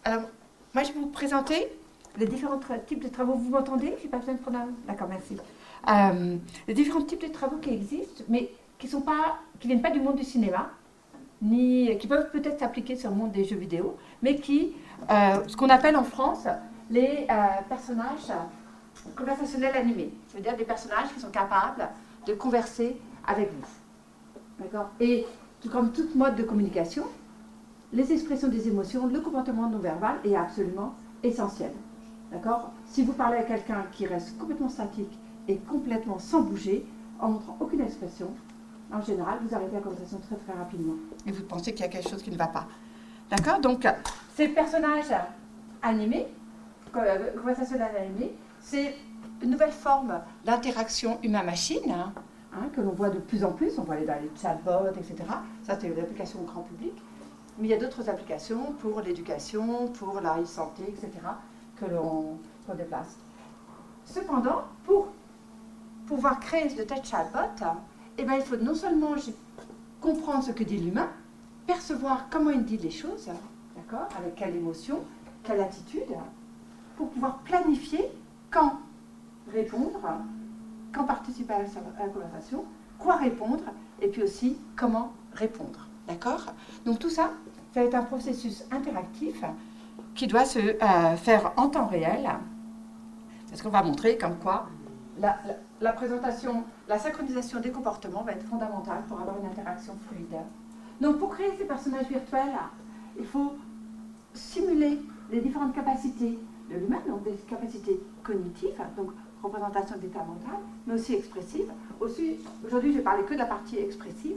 Alors, moi, je vais vous présenter les différents types de travaux. Vous m'entendez? Je n'ai pas besoin de prendre un... D'accord, merci. Les différents types de travaux qui existent, mais qui ne viennent pas du monde du cinéma, ni qui peuvent peut-être s'appliquer sur le monde des jeux vidéo, mais qui, ce qu'on appelle en France, les personnages conversationnels animés. C'est-à-dire des personnages qui sont capables de converser avec vous. D'accord? Et comme toute mode de communication, les expressions des émotions, le comportement non verbal est absolument essentiel. D'accord? Si vous parlez à quelqu'un qui reste complètement statique et complètement sans bouger, en montrant aucune expression, en général, vous arrêtez la conversation très très rapidement. Et vous pensez qu'il y a quelque chose qui ne va pas. D'accord? Donc, ces personnages animés, conversationnels animés, c'est une nouvelle forme d'interaction humain-machine, que l'on voit de plus en plus. On voit aller dans les chatbots, etc. Ça, c'est une application au grand public. Mais il y a d'autres applications pour l'éducation, pour la e-santé, etc., que l'on déplace. Cependant, pour pouvoir créer de tels chatbots, il faut non seulement comprendre ce que dit l'humain, percevoir comment il dit les choses, d'accord, avec quelle émotion, quelle attitude, pour pouvoir planifier quand répondre, quand participer à la conversation, quoi répondre, et puis aussi comment répondre. D'accord? Donc tout ça, ça va être un processus interactif qui doit se faire en temps réel, parce qu'on va montrer comme quoi la présentation, la synchronisation des comportements va être fondamentale pour avoir une interaction fluide. Donc pour créer ces personnages virtuels, il faut simuler les différentes capacités de l'humain, donc des capacités cognitives, donc représentation d'état mental, mais aussi expressives. Aussi, aujourd'hui, je vais parler que de la partie expressive.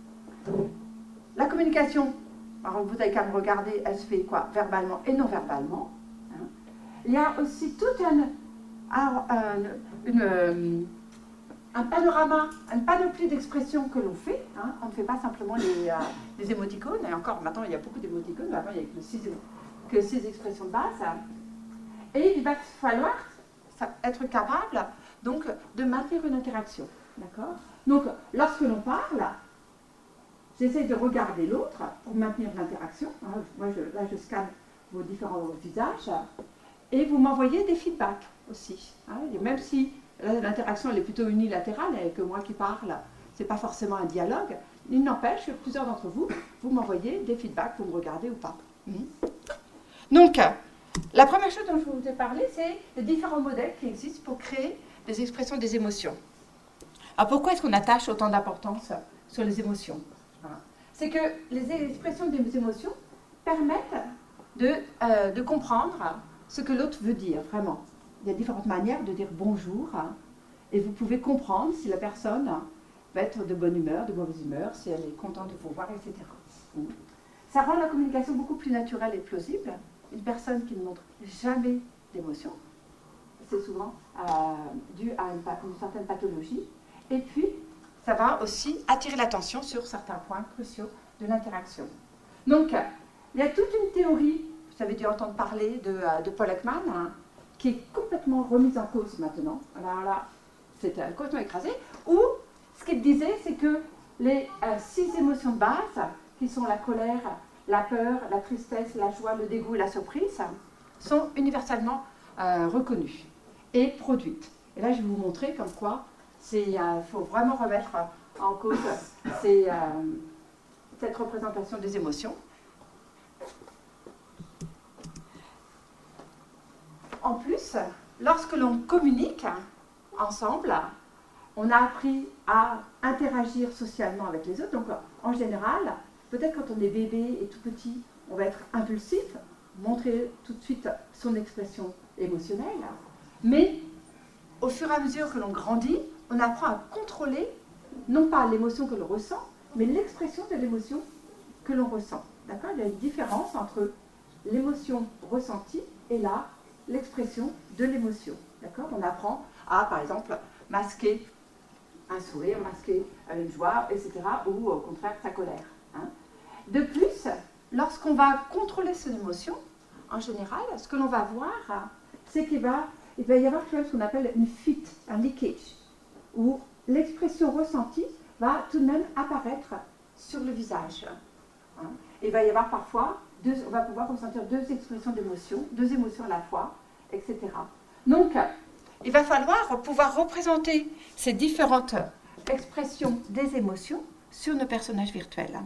La communication, alors vous n'avez qu'à me regarder, elle se fait quoi? Verbalement et non verbalement. Il y a aussi tout un panorama, une panoplie d'expressions que l'on fait. On ne fait pas simplement les émoticônes, et encore maintenant il y a beaucoup d'émoticônes, avant il n'y a que 6 expressions de base. Et il va falloir être capable donc, de maintenir une interaction. D'accord? Donc lorsque l'on parle, j'essaie de regarder l'autre pour maintenir l'interaction. Moi, là, je scanne vos différents visages. Et vous m'envoyez des feedbacks aussi. Et même si l'interaction elle est plutôt unilatérale et que moi qui parle, ce n'est pas forcément un dialogue, il n'empêche que plusieurs d'entre vous, vous m'envoyez des feedbacks, vous me regardez ou pas. Donc, la première chose dont je vous ai parlé, c'est les différents modèles qui existent pour créer des expressions des émotions. Alors pourquoi est-ce qu'on attache autant d'importance sur les émotions? C'est que les expressions des émotions permettent de comprendre ce que l'autre veut dire, vraiment. Il y a différentes manières de dire bonjour, et vous pouvez comprendre si la personne va être de bonne humeur, de mauvaise humeur, si elle est contente de vous voir, etc. Ça rend la communication beaucoup plus naturelle et plausible. Une personne qui ne montre jamais d'émotion, c'est souvent dû à une certaine pathologie. Et puis, ça va aussi attirer l'attention sur certains points cruciaux de l'interaction. Donc, il y a toute une théorie, vous avez dû entendre parler de Paul Ekman, qui est complètement remise en cause maintenant. Alors là, c'est complètement écrasé. Où, ce qu'il disait, c'est que les 6 émotions de base, qui sont la colère, la peur, la tristesse, la joie, le dégoût et la surprise, sont universellement reconnues et produites. Et là, je vais vous montrer comme quoi il faut vraiment remettre en cause cette représentation des émotions. En plus, lorsque l'on communique ensemble, on a appris à interagir socialement avec les autres. Donc, en général, peut-être quand on est bébé et tout petit, on va être impulsif, montrer tout de suite son expression émotionnelle. Mais au fur et à mesure que l'on grandit, on apprend à contrôler, non pas l'émotion que l'on ressent, mais l'expression de l'émotion que l'on ressent. D'accord? Il y a une différence entre l'émotion ressentie et là, l'expression de l'émotion. D'accord? On apprend à, par exemple, masquer un sourire, masquer une joie, etc., ou au contraire sa colère. De plus, lorsqu'on va contrôler son émotion, en général, ce que l'on va voir, c'est qu'il va y avoir ce qu'on appelle une fuite, un leakage, où l'expression ressentie va tout de même apparaître sur le visage. Il va y avoir parfois on va pouvoir ressentir deux expressions d'émotion, deux émotions à la fois, etc. Donc, il va falloir pouvoir représenter ces différentes expressions des émotions sur nos personnages virtuels.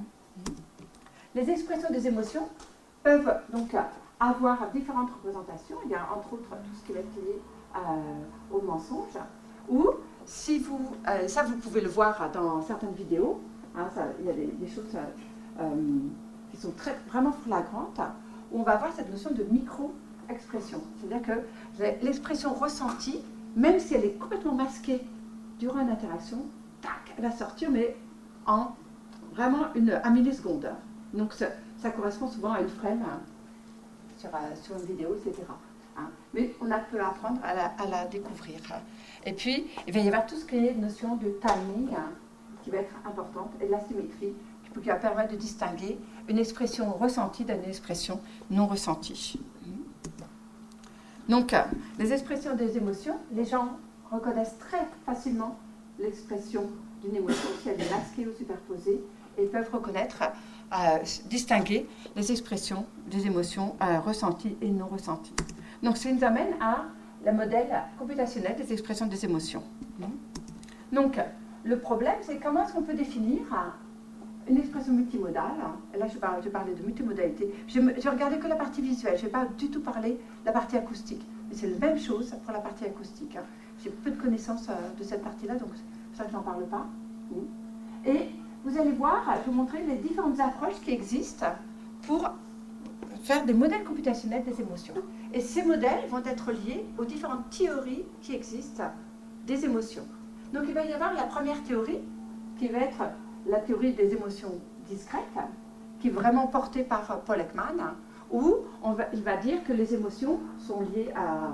Les expressions des émotions peuvent donc avoir différentes représentations. Il y a entre autres tout ce qui va être lié au mensonge, ou si vous, ça vous pouvez le voir dans certaines vidéos, hein, il y a des choses qui sont vraiment flagrantes, où on va avoir cette notion de micro-expression. C'est-à-dire que l'expression ressentie, même si elle est complètement masquée durant une interaction, tac, elle va sortir, mais en vraiment un milliseconde. Donc ça correspond souvent à une frame sur une vidéo, etc. Hein. Mais on peut apprendre à la découvrir. Et puis, il va y avoir tout ce qui est notion de timing qui va être importante, et de la symétrie qui va permettre de distinguer une expression ressentie d'une expression non ressentie. Donc, les expressions des émotions, les gens reconnaissent très facilement l'expression d'une émotion si elle est masquée ou superposée, et ils peuvent reconnaître, distinguer les expressions des émotions ressenties et non ressenties. Donc, ça nous amène à le modèle computationnel des expressions des émotions. Donc, le problème, c'est comment est-ce qu'on peut définir une expression multimodale. Et là, je parlais de multimodalité. Je regardais que la partie visuelle, je n'ai pas du tout parlé de la partie acoustique. Mais c'est la même chose pour la partie acoustique. J'ai peu de connaissances de cette partie-là, donc c'est pour ça que je n'en parle pas. Et vous allez voir, je vais vous montrer les différentes approches qui existent pour faire des modèles computationnels des émotions. Et ces modèles vont être liés aux différentes théories qui existent des émotions. Donc il va y avoir la première théorie, qui va être la théorie des émotions discrètes, qui est vraiment portée par Paul Ekman, où il va dire que les émotions sont liées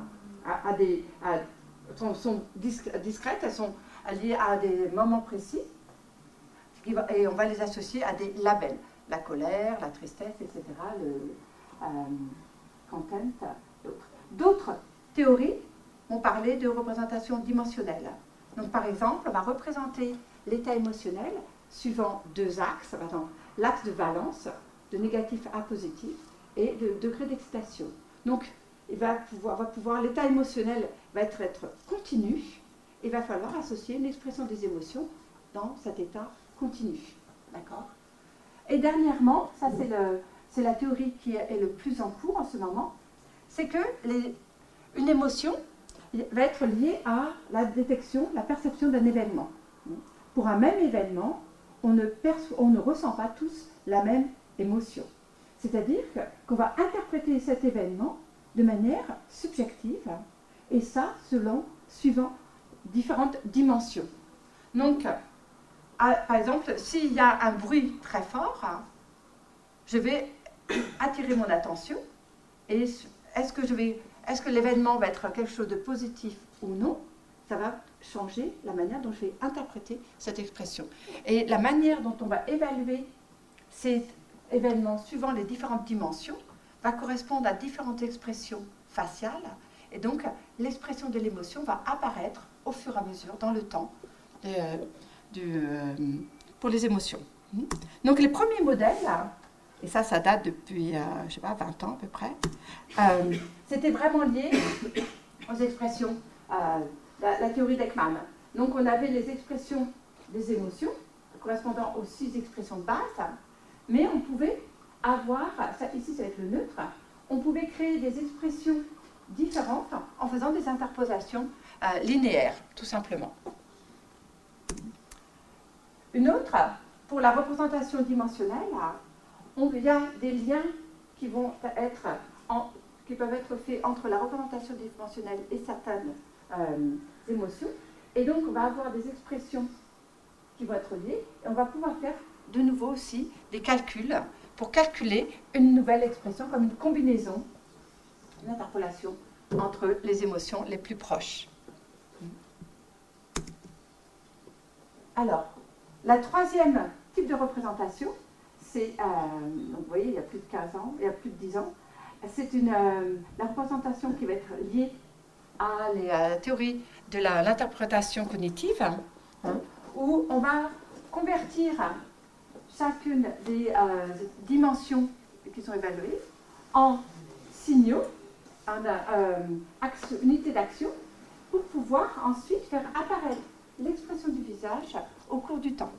sont discrètes, elles sont liées à des moments précis, et on va les associer à des labels, la colère, la tristesse, etc., le content, d'autres. D'autres théories vont parler de représentation dimensionnelle. Donc par exemple, on va représenter l'état émotionnel suivant deux axes, l'axe de valence, de négatif à positif, et de degré d'excitation. Donc, l'état émotionnel va être continu, et il va falloir associer une expression des émotions dans cet état continu. D'accord ? Et dernièrement, ça c'est la théorie qui est le plus en cours en ce moment, c'est que une émotion va être liée à la détection, la perception d'un événement. Pour un même événement, on ne ressent pas tous la même émotion. C'est-à-dire qu'on va interpréter cet événement de manière subjective, et ça suivant différentes dimensions. Donc, par exemple, s'il y a un bruit très fort, je vais attirer mon attention, et est-ce que l'événement va être quelque chose de positif ou non? Ça va changer la manière dont je vais interpréter cette expression. Et la manière dont on va évaluer cet événement suivant les différentes dimensions va correspondre à différentes expressions faciales, et donc l'expression de l'émotion va apparaître au fur et à mesure dans le temps pour les émotions. Donc les premiers modèles, et ça date depuis, 20 ans à peu près, c'était vraiment lié aux expressions, la théorie d'Ekman. Donc on avait les expressions des émotions, correspondant aux 6 expressions de base, mais on pouvait avoir, ici ça va être le neutre, on pouvait créer des expressions différentes en faisant des interpolations linéaires, tout simplement. Une autre, pour la représentation dimensionnelle, il y a des liens qui peuvent être faits entre la représentation dimensionnelle et certaines émotions. Et donc, on va avoir des expressions qui vont être liées, et on va pouvoir faire de nouveau aussi des calculs pour calculer une nouvelle expression comme une combinaison, une interpolation entre les émotions les plus proches. Alors, la troisième type de représentation, c'est, donc vous voyez, il y a plus de 15 ans, il y a plus de 10 ans, c'est la représentation qui va être liée à la théorie de l'interprétation cognitive, où on va convertir chacune des dimensions qui sont évalués en signaux, en unité d'action, pour pouvoir ensuite faire apparaître l'expression du visage au cours du temps.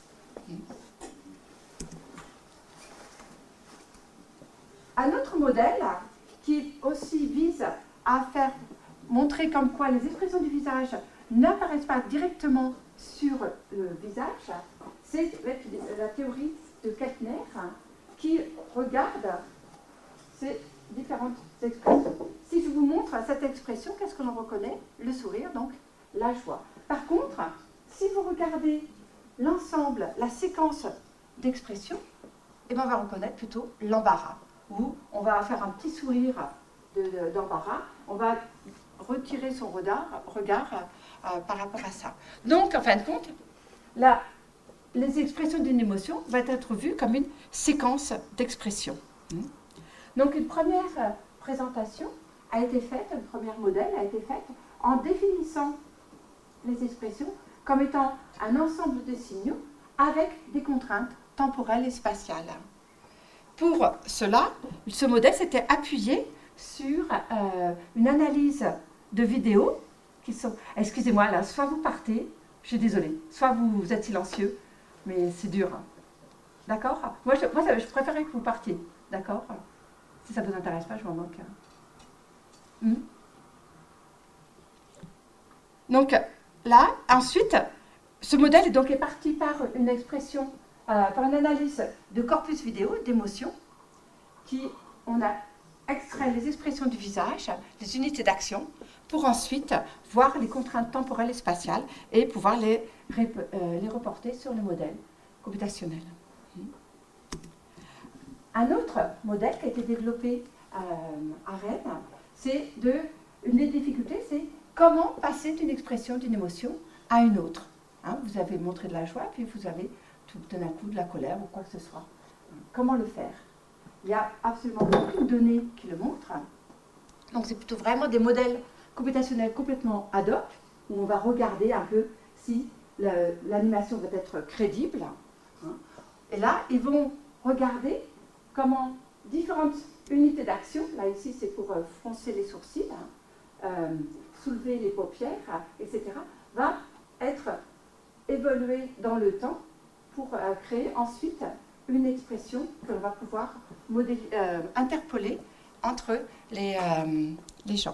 Un autre modèle qui aussi vise à faire montrer comme quoi les expressions du visage n'apparaissent pas directement sur le visage, c'est la théorie de Keltner qui regarde ces différentes expressions. Si je vous montre cette expression, qu'est-ce que l'on reconnaît? Le sourire, donc la joie. Par contre, si vous regardez l'ensemble, la séquence d'expressions, eh bien on va reconnaître plutôt l'embarras, où on va faire un petit sourire d'embarras, on va retirer son regard par rapport à ça. Donc, en fin de compte, les expressions d'une émotion vont être vues comme une séquence d'expressions. Donc, une première présentation a été faite, un premier modèle a été fait en définissant les expressions comme étant un ensemble de signaux avec des contraintes temporelles et spatiales. Pour cela, ce modèle s'était appuyé sur une analyse de vidéos qui sont... Excusez-moi, là, soit vous partez, je suis désolée, soit vous êtes silencieux, mais c'est dur. Hein. D'accord? Moi, je préférais que vous partiez. D'accord? Si ça ne vous intéresse pas, je m'en moque. Donc, là, ensuite, ce modèle est parti par une expression, par une analyse de corpus vidéo, d'émotions, on a extrait les expressions du visage, les unités d'action, pour ensuite voir les contraintes temporelles et spatiales et pouvoir les reporter sur le modèle computationnel. Un autre modèle qui a été développé à Rennes, c'est une des difficultés, c'est comment passer d'une expression, d'une émotion à une autre. Hein, vous avez montré de la joie, puis vous avez tout d'un coup de la colère ou quoi que ce soit. Comment le faire? Il n'y a absolument aucune donnée qui le montre. Donc c'est plutôt vraiment des modèles computationnels complètement ad hoc, où on va regarder un peu si l'animation va être crédible. Et là, ils vont regarder comment différentes unités d'action, là ici c'est pour froncer les sourcils, soulever les paupières, etc., va être évolué dans le temps pour créer ensuite une expression que l'on va pouvoir interpoler entre les gens.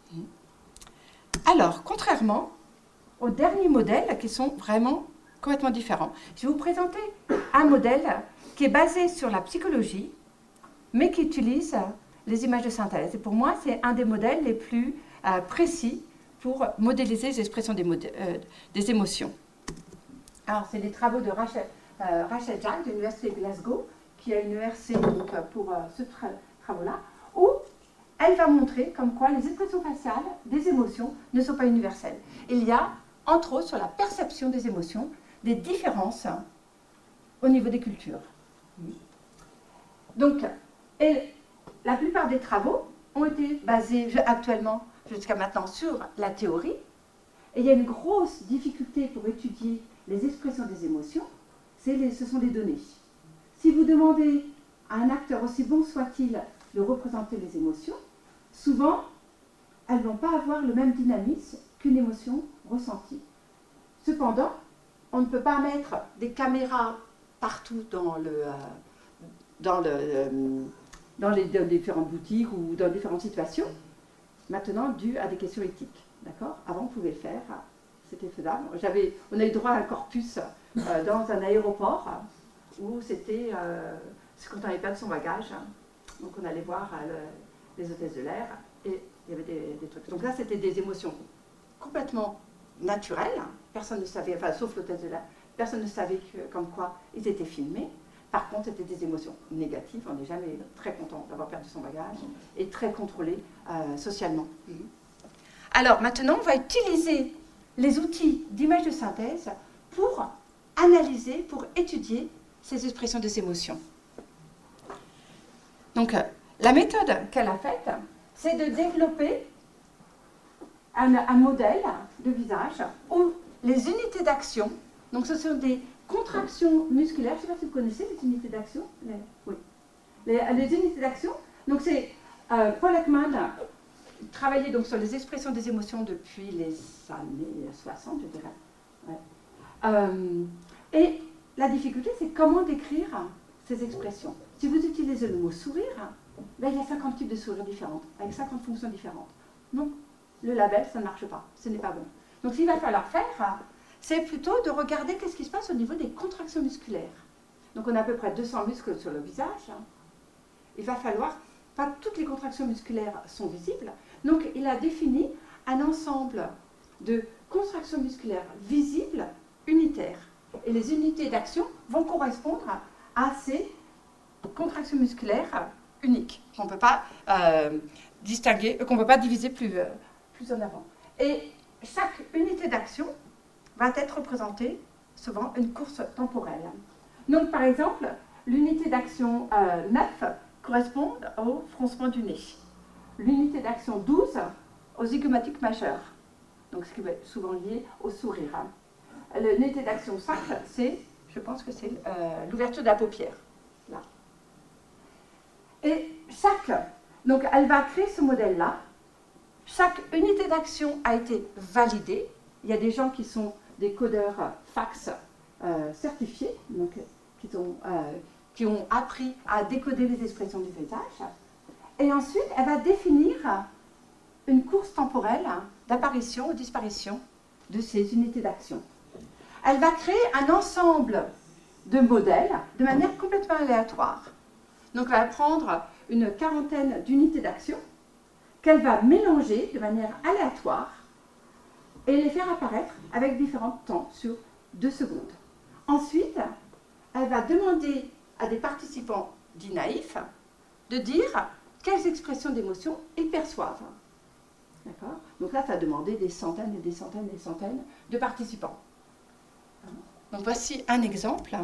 Alors, contrairement aux derniers modèles qui sont vraiment complètement différents, je vais vous présenter un modèle qui est basé sur la psychologie, mais qui utilise les images de synthèse. Et pour moi, c'est un des modèles les plus précis pour modéliser les expressions des émotions. Alors, c'est les travaux de Rachel Jack de l'Université de Glasgow, qui a une ERC pour ce travaux-là, où elle va montrer comme quoi les expressions faciales des émotions ne sont pas universelles. Il y a, entre autres, sur la perception des émotions, des différences au niveau des cultures. Donc, la plupart des travaux ont été basés actuellement, jusqu'à maintenant, sur la théorie. Et il y a une grosse difficulté pour étudier les expressions des émotions, ce sont les données. Si vous demandez à un acteur, aussi bon soit-il, de représenter les émotions, souvent, elles ne vont pas avoir le même dynamisme qu'une émotion ressentie. Cependant, on ne peut pas mettre des caméras partout dans les différentes boutiques ou dans différentes situations, maintenant dû à des questions éthiques. D'accord? Avant, on pouvait le faire, c'était faisable. On a eu droit à un corpus dans un aéroport où c'était quand on avait perdu son bagage. Donc on allait voir les hôtesses de l'air et il y avait des trucs. Donc là, c'était des émotions complètement naturelles. Personne ne savait, enfin sauf l'hôtesse de l'air, personne ne savait comme quoi ils étaient filmés. Par contre, c'était des émotions négatives. On n'est jamais très content d'avoir perdu son bagage et très contrôlé socialement. Alors maintenant, on va utiliser les outils d'image de synthèse pour analyser, pour étudier ces expressions des émotions. Donc, la méthode qu'elle a faite, c'est de développer un modèle de visage où les unités d'action, donc ce sont des contractions musculaires, je ne sais pas si vous connaissez les unités d'action, oui. Les unités d'action, donc c'est Paul Ekman travaillait donc sur les expressions des émotions depuis les années 60, je dirais. Ouais. Et la difficulté, c'est comment décrire ces expressions. Si vous utilisez le mot sourire, ben, il y a 50 types de sourires différents, avec 50 fonctions différentes. Donc, le label, ça ne marche pas, ce n'est pas bon. Donc, ce qu'il va falloir faire, c'est plutôt de regarder qu'est-ce qui se passe au niveau des contractions musculaires. Donc, on a à peu près 200 muscles sur le visage. Il va falloir, pas toutes les contractions musculaires sont visibles. Donc, il a défini un ensemble de contractions musculaires visibles, unitaires. Et les unités d'action vont correspondre à ces contractions musculaires uniques, qu'on ne peut pas distinguer, qu'on ne peut pas diviser plus en avant. Et chaque unité d'action va être représentée souvent une course temporelle. Donc, par exemple, l'unité d'action 9 correspond au froncement du nez. L'unité d'action 12 au zygomatique majeur, donc ce qui va être souvent lié au sourire. L'unité d'action 5, c'est, je pense que c'est l'ouverture de la paupière. Là. Et donc elle va créer ce modèle-là. Chaque unité d'action a été validée. Il y a des gens qui sont des codeurs fax certifiés, donc qui ont appris à décoder les expressions du visage. Et ensuite, elle va définir une course temporelle d'apparition ou disparition de ces unités d'action. Elle va créer un ensemble de modèles de manière complètement aléatoire. Donc, elle va prendre une quarantaine d'unités d'action qu'elle va mélanger de manière aléatoire et les faire apparaître avec différents temps sur 2 secondes. Ensuite, elle va demander à des participants dits naïfs de dire quelles expressions d'émotion ils perçoivent. D'accord ? Donc là, ça a demandé des centaines et des centaines et des centaines de participants. Donc voici un exemple.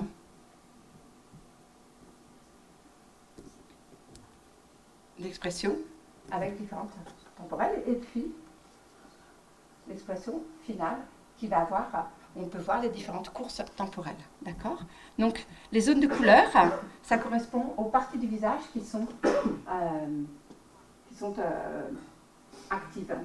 D'expression avec différentes temporelles et puis l'expression finale qui va avoir, on peut voir les différentes courses temporelles. D'accord ? Donc les zones de couleur, ça correspond aux parties du visage qui sont actives.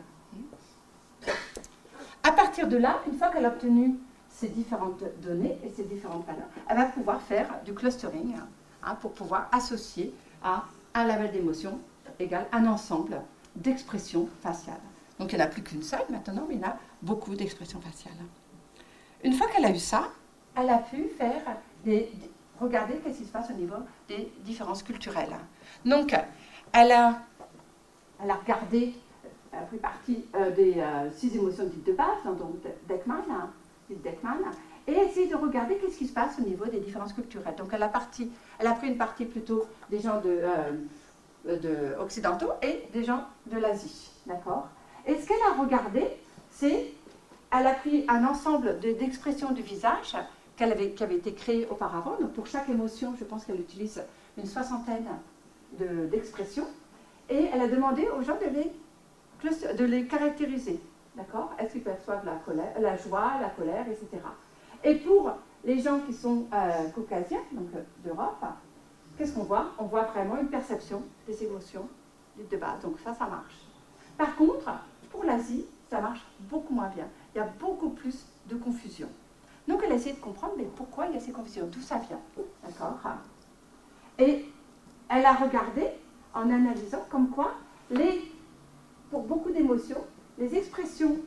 À partir de là, une fois qu'elle a obtenu ces différentes données et ces différentes valeurs, elle va pouvoir faire du clustering pour pouvoir associer à un label d'émotion égale un ensemble d'expressions faciales. Donc il n'y en a plus qu'une seule maintenant, mais il y en a beaucoup d'expressions faciales. Une fois qu'elle a eu ça, elle a pu faire regarder ce qui se passe au niveau des différences culturelles. Donc elle a regardé, elle a pris partie des 6 émotions dites de base, donc Ekman, et essayé de regarder qu'est-ce qui se passe au niveau des différences culturelles. Donc elle a pris une partie plutôt des gens occidentaux et des gens de l'Asie. D'accord ? Et ce qu'elle a regardé, c'est elle a pris un ensemble d'expressions du visage qui avait été créées auparavant. Donc pour chaque émotion, je pense qu'elle utilise une 60aine d'expressions. Et elle a demandé aux gens de les caractériser. D'accord ? Est-ce qu'ils perçoivent la joie, la colère, etc. Et pour les gens qui sont caucasiens, donc d'Europe, qu'est-ce qu'on voit ? On voit vraiment une perception des émotions dites de base. Donc ça marche. Par contre, pour l'Asie, ça marche beaucoup moins bien. Il y a beaucoup plus de confusion. Donc elle a essayé de comprendre, mais pourquoi il y a ces confusions ? D'où ça vient ? D'accord ? Et elle a regardé, en analysant, comme quoi, pour beaucoup d'émotions, les expressions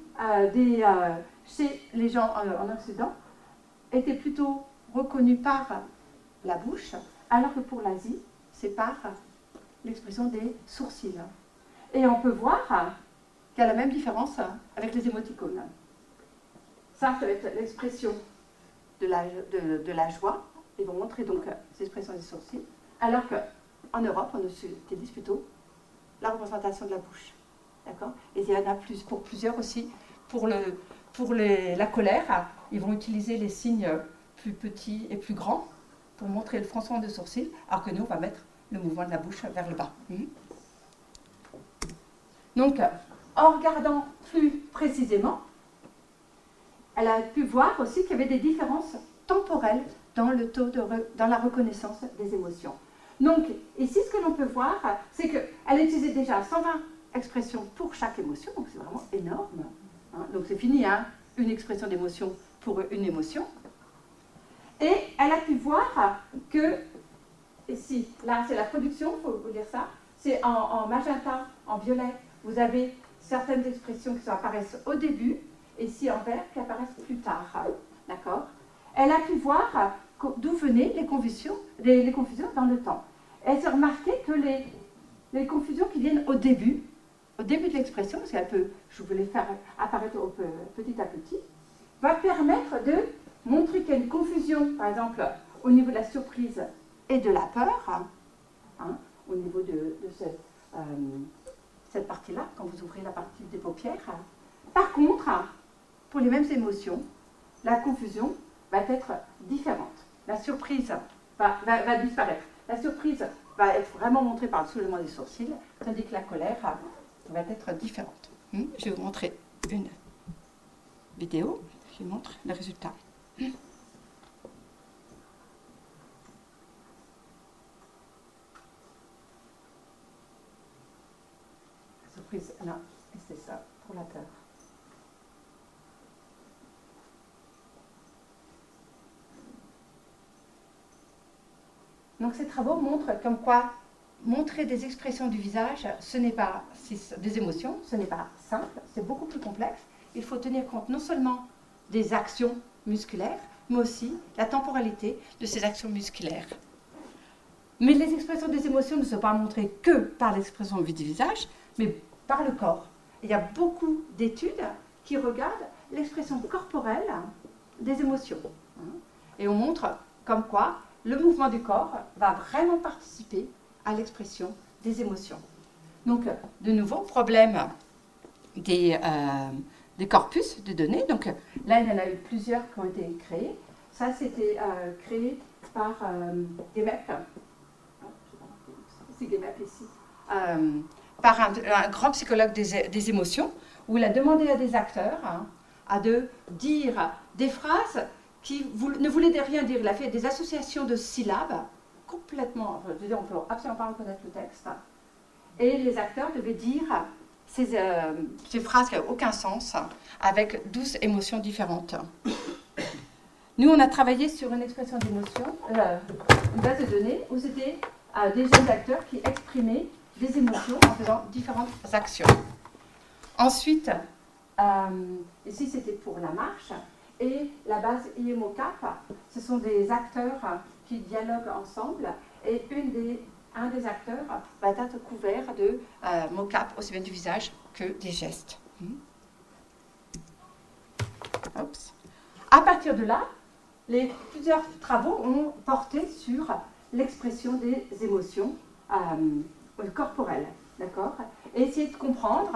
chez les gens en Occident étaient plutôt reconnues par la bouche, alors que pour l'Asie, c'est par l'expression des sourcils. Et on peut voir qu'il y a la même différence avec les émoticônes. Ça va être l'expression de la joie. Ils vont montrer donc ces expressions des sourcils, alors qu'en Europe, on utilise plutôt la représentation de la bouche. D'accord ? Et il y en a plus, pour plusieurs aussi. Pour la colère, ils vont utiliser les signes plus petits et plus grands pour montrer le froncement de sourcils, alors que nous, on va mettre le mouvement de la bouche vers le bas. Donc, en regardant plus précisément, elle a pu voir aussi qu'il y avait des différences temporelles dans la reconnaissance des émotions. Donc, ici, ce que l'on peut voir, c'est qu'elle utilisait déjà 120 expressions pour chaque émotion, donc c'est vraiment énorme. Hein. Donc, c'est fini, hein, une expression d'émotion pour une émotion. Et elle a pu voir que, ici, là, c'est la production, il faut vous dire ça, c'est en magenta, en violet, vous avez certaines expressions qui apparaissent au début, et ici en vert, qui apparaissent plus tard. D'accord ? Elle a pu voir d'où venaient les confusions dans le temps. Elle s'est remarqué que les confusions qui viennent au début de l'expression, parce qu'elle peut, je voulais faire apparaître petit à petit, va permettre de montrer qu'il y a une confusion, par exemple, au niveau de la surprise et de la peur, hein, au niveau de cette partie-là, quand vous ouvrez la partie des paupières. Par contre, pour les mêmes émotions, la confusion va être différente. La surprise va disparaître. La surprise va être vraiment montrée par le soulèvement des sourcils, tandis que la colère va être différente. Je vais vous montrer une vidéo qui montre le résultat. La surprise, non, c'est ça, pour la peur. Donc ces travaux montrent comme quoi montrer des expressions du visage, ce n'est pas des émotions, ce n'est pas simple, c'est beaucoup plus complexe. Il faut tenir compte non seulement des actions musculaires, mais aussi la temporalité de ces actions musculaires. Mais les expressions des émotions ne sont pas montrées que par l'expression du visage, mais par le corps. Il y a beaucoup d'études qui regardent l'expression corporelle des émotions. Et on montre comme quoi le mouvement du corps va vraiment participer à l'expression des émotions. Donc, de nouveau, problème des corpus de données. Donc, là, il y en a eu plusieurs qui ont été créés. Ça, c'était créé par Gemep. C'est Gemep ici. Par un grand psychologue des émotions, où il a demandé à des acteurs de dire des phrases qui ne voulait rien dire. Il a fait des associations de syllabes complètement, je veux dire, on ne peut absolument pas reconnaître le texte. Et les acteurs devaient dire ces phrases qui n'avaient aucun sens, avec 12 émotions différentes. Nous, on a travaillé sur une expression d'émotion, une base de données, où c'était des jeunes acteurs qui exprimaient des émotions en faisant différentes actions. Ensuite, ici c'était pour la marche, et la base IMOCAP, ce sont des acteurs qui dialoguent ensemble, et un des acteurs va être couvert de mocap, aussi bien du visage que des gestes. Oups. À partir de là, plusieurs travaux ont porté sur l'expression des émotions corporelles, d'accord ? Et essayer de comprendre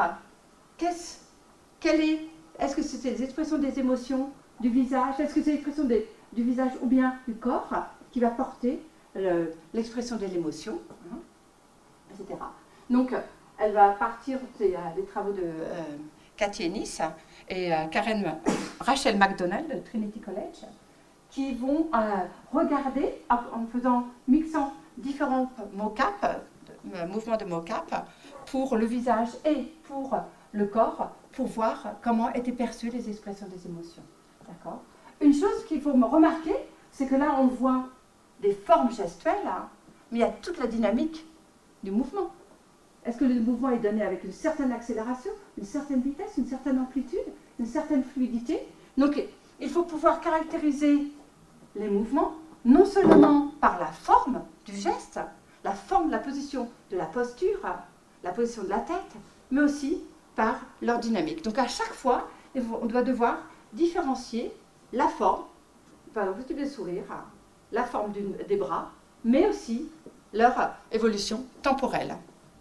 est-ce que c'est les expressions des émotions du visage, est-ce que c'est l'expression du visage ou bien du corps qui va porter l'expression de l'émotion, etc. Donc, elle va partir des travaux de Cathy Ennis et Rachel McDonald de Trinity College, qui vont regarder, mixant différents mocap, mouvements de mocap, pour le visage et pour le corps, pour voir comment étaient perçues les expressions des émotions. D'accord ? Une chose qu'il faut remarquer, c'est que là, on voit des formes gestuelles, mais il y a toute la dynamique du mouvement. Est-ce que le mouvement est donné avec une certaine accélération, une certaine vitesse, une certaine amplitude, une certaine fluidité ? Donc, il faut pouvoir caractériser les mouvements, non seulement par la forme du geste, la forme de la position de la posture, la position de la tête, mais aussi par leur dynamique. Donc, à chaque fois, on doit devoir différencier la forme, par exemple le type de sourire, la forme des bras, mais aussi leur évolution temporelle.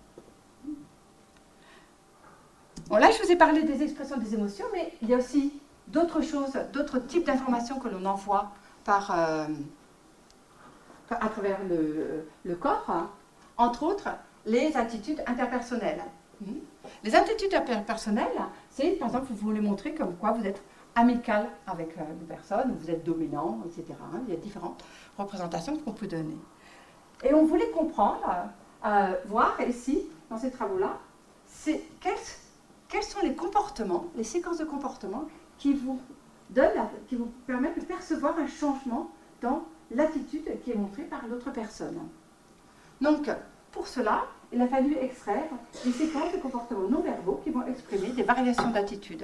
Bon, là, je vous ai parlé des expressions des émotions, mais il y a aussi d'autres choses, d'autres types d'informations que l'on envoie à travers le corps, entre autres les attitudes interpersonnelles. Les attitudes interpersonnelles, c'est par exemple, vous voulez montrer comme quoi vous êtes amical avec une personne, vous êtes dominant, etc. Il y a différentes représentations qu'on peut donner. Et on voulait comprendre, voir ici, dans ces travaux-là, quels sont les comportements, les séquences de comportements qui vous permettent de percevoir un changement dans l'attitude qui est montrée par l'autre personne. Donc, pour cela, il a fallu extraire des séquences de comportements non verbaux qui vont exprimer des variations d'attitude.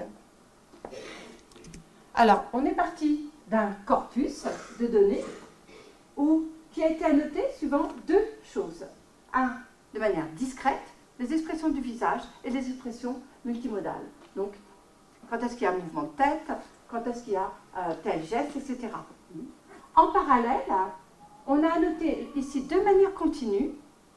Alors, on est parti d'un corpus de données qui a été annoté suivant deux choses. Un, de manière discrète, les expressions du visage et les expressions multimodales. Donc, quand est-ce qu'il y a un mouvement de tête, quand est-ce qu'il y a tel geste, etc. En parallèle, on a annoté ici de manière continue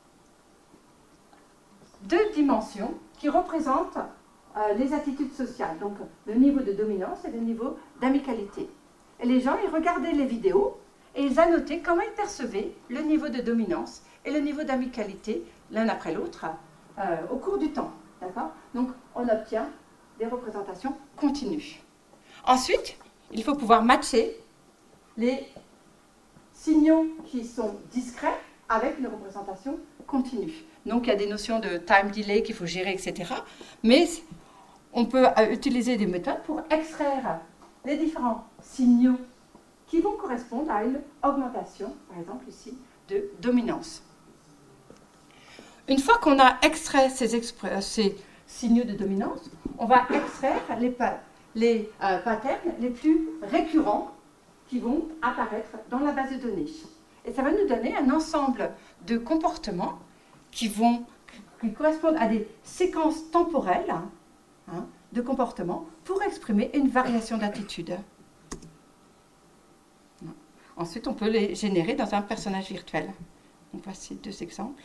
deux dimensions qui représentent les attitudes sociales, donc le niveau de dominance et le niveau d'amicalité. Et les gens, ils regardaient les vidéos et ils annotaient comment ils percevaient le niveau de dominance et le niveau d'amicalité l'un après l'autre au cours du temps. D'accord ? Donc, on obtient des représentations continues. Ensuite, il faut pouvoir matcher les signaux qui sont discrets avec une représentation continue. Donc, il y a des notions de time delay qu'il faut gérer, etc. Mais on peut utiliser des méthodes pour extraire les différents signaux qui vont correspondre à une augmentation, par exemple ici, de dominance. Une fois qu'on a extrait ces signaux de dominance, on va extraire les patterns les plus récurrents qui vont apparaître dans la base de données. Et ça va nous donner un ensemble de comportements qui correspondent à des séquences temporelles de comportements pour exprimer une variation d'attitude. Ensuite, on peut les générer dans un personnage virtuel. Donc, voici deux exemples.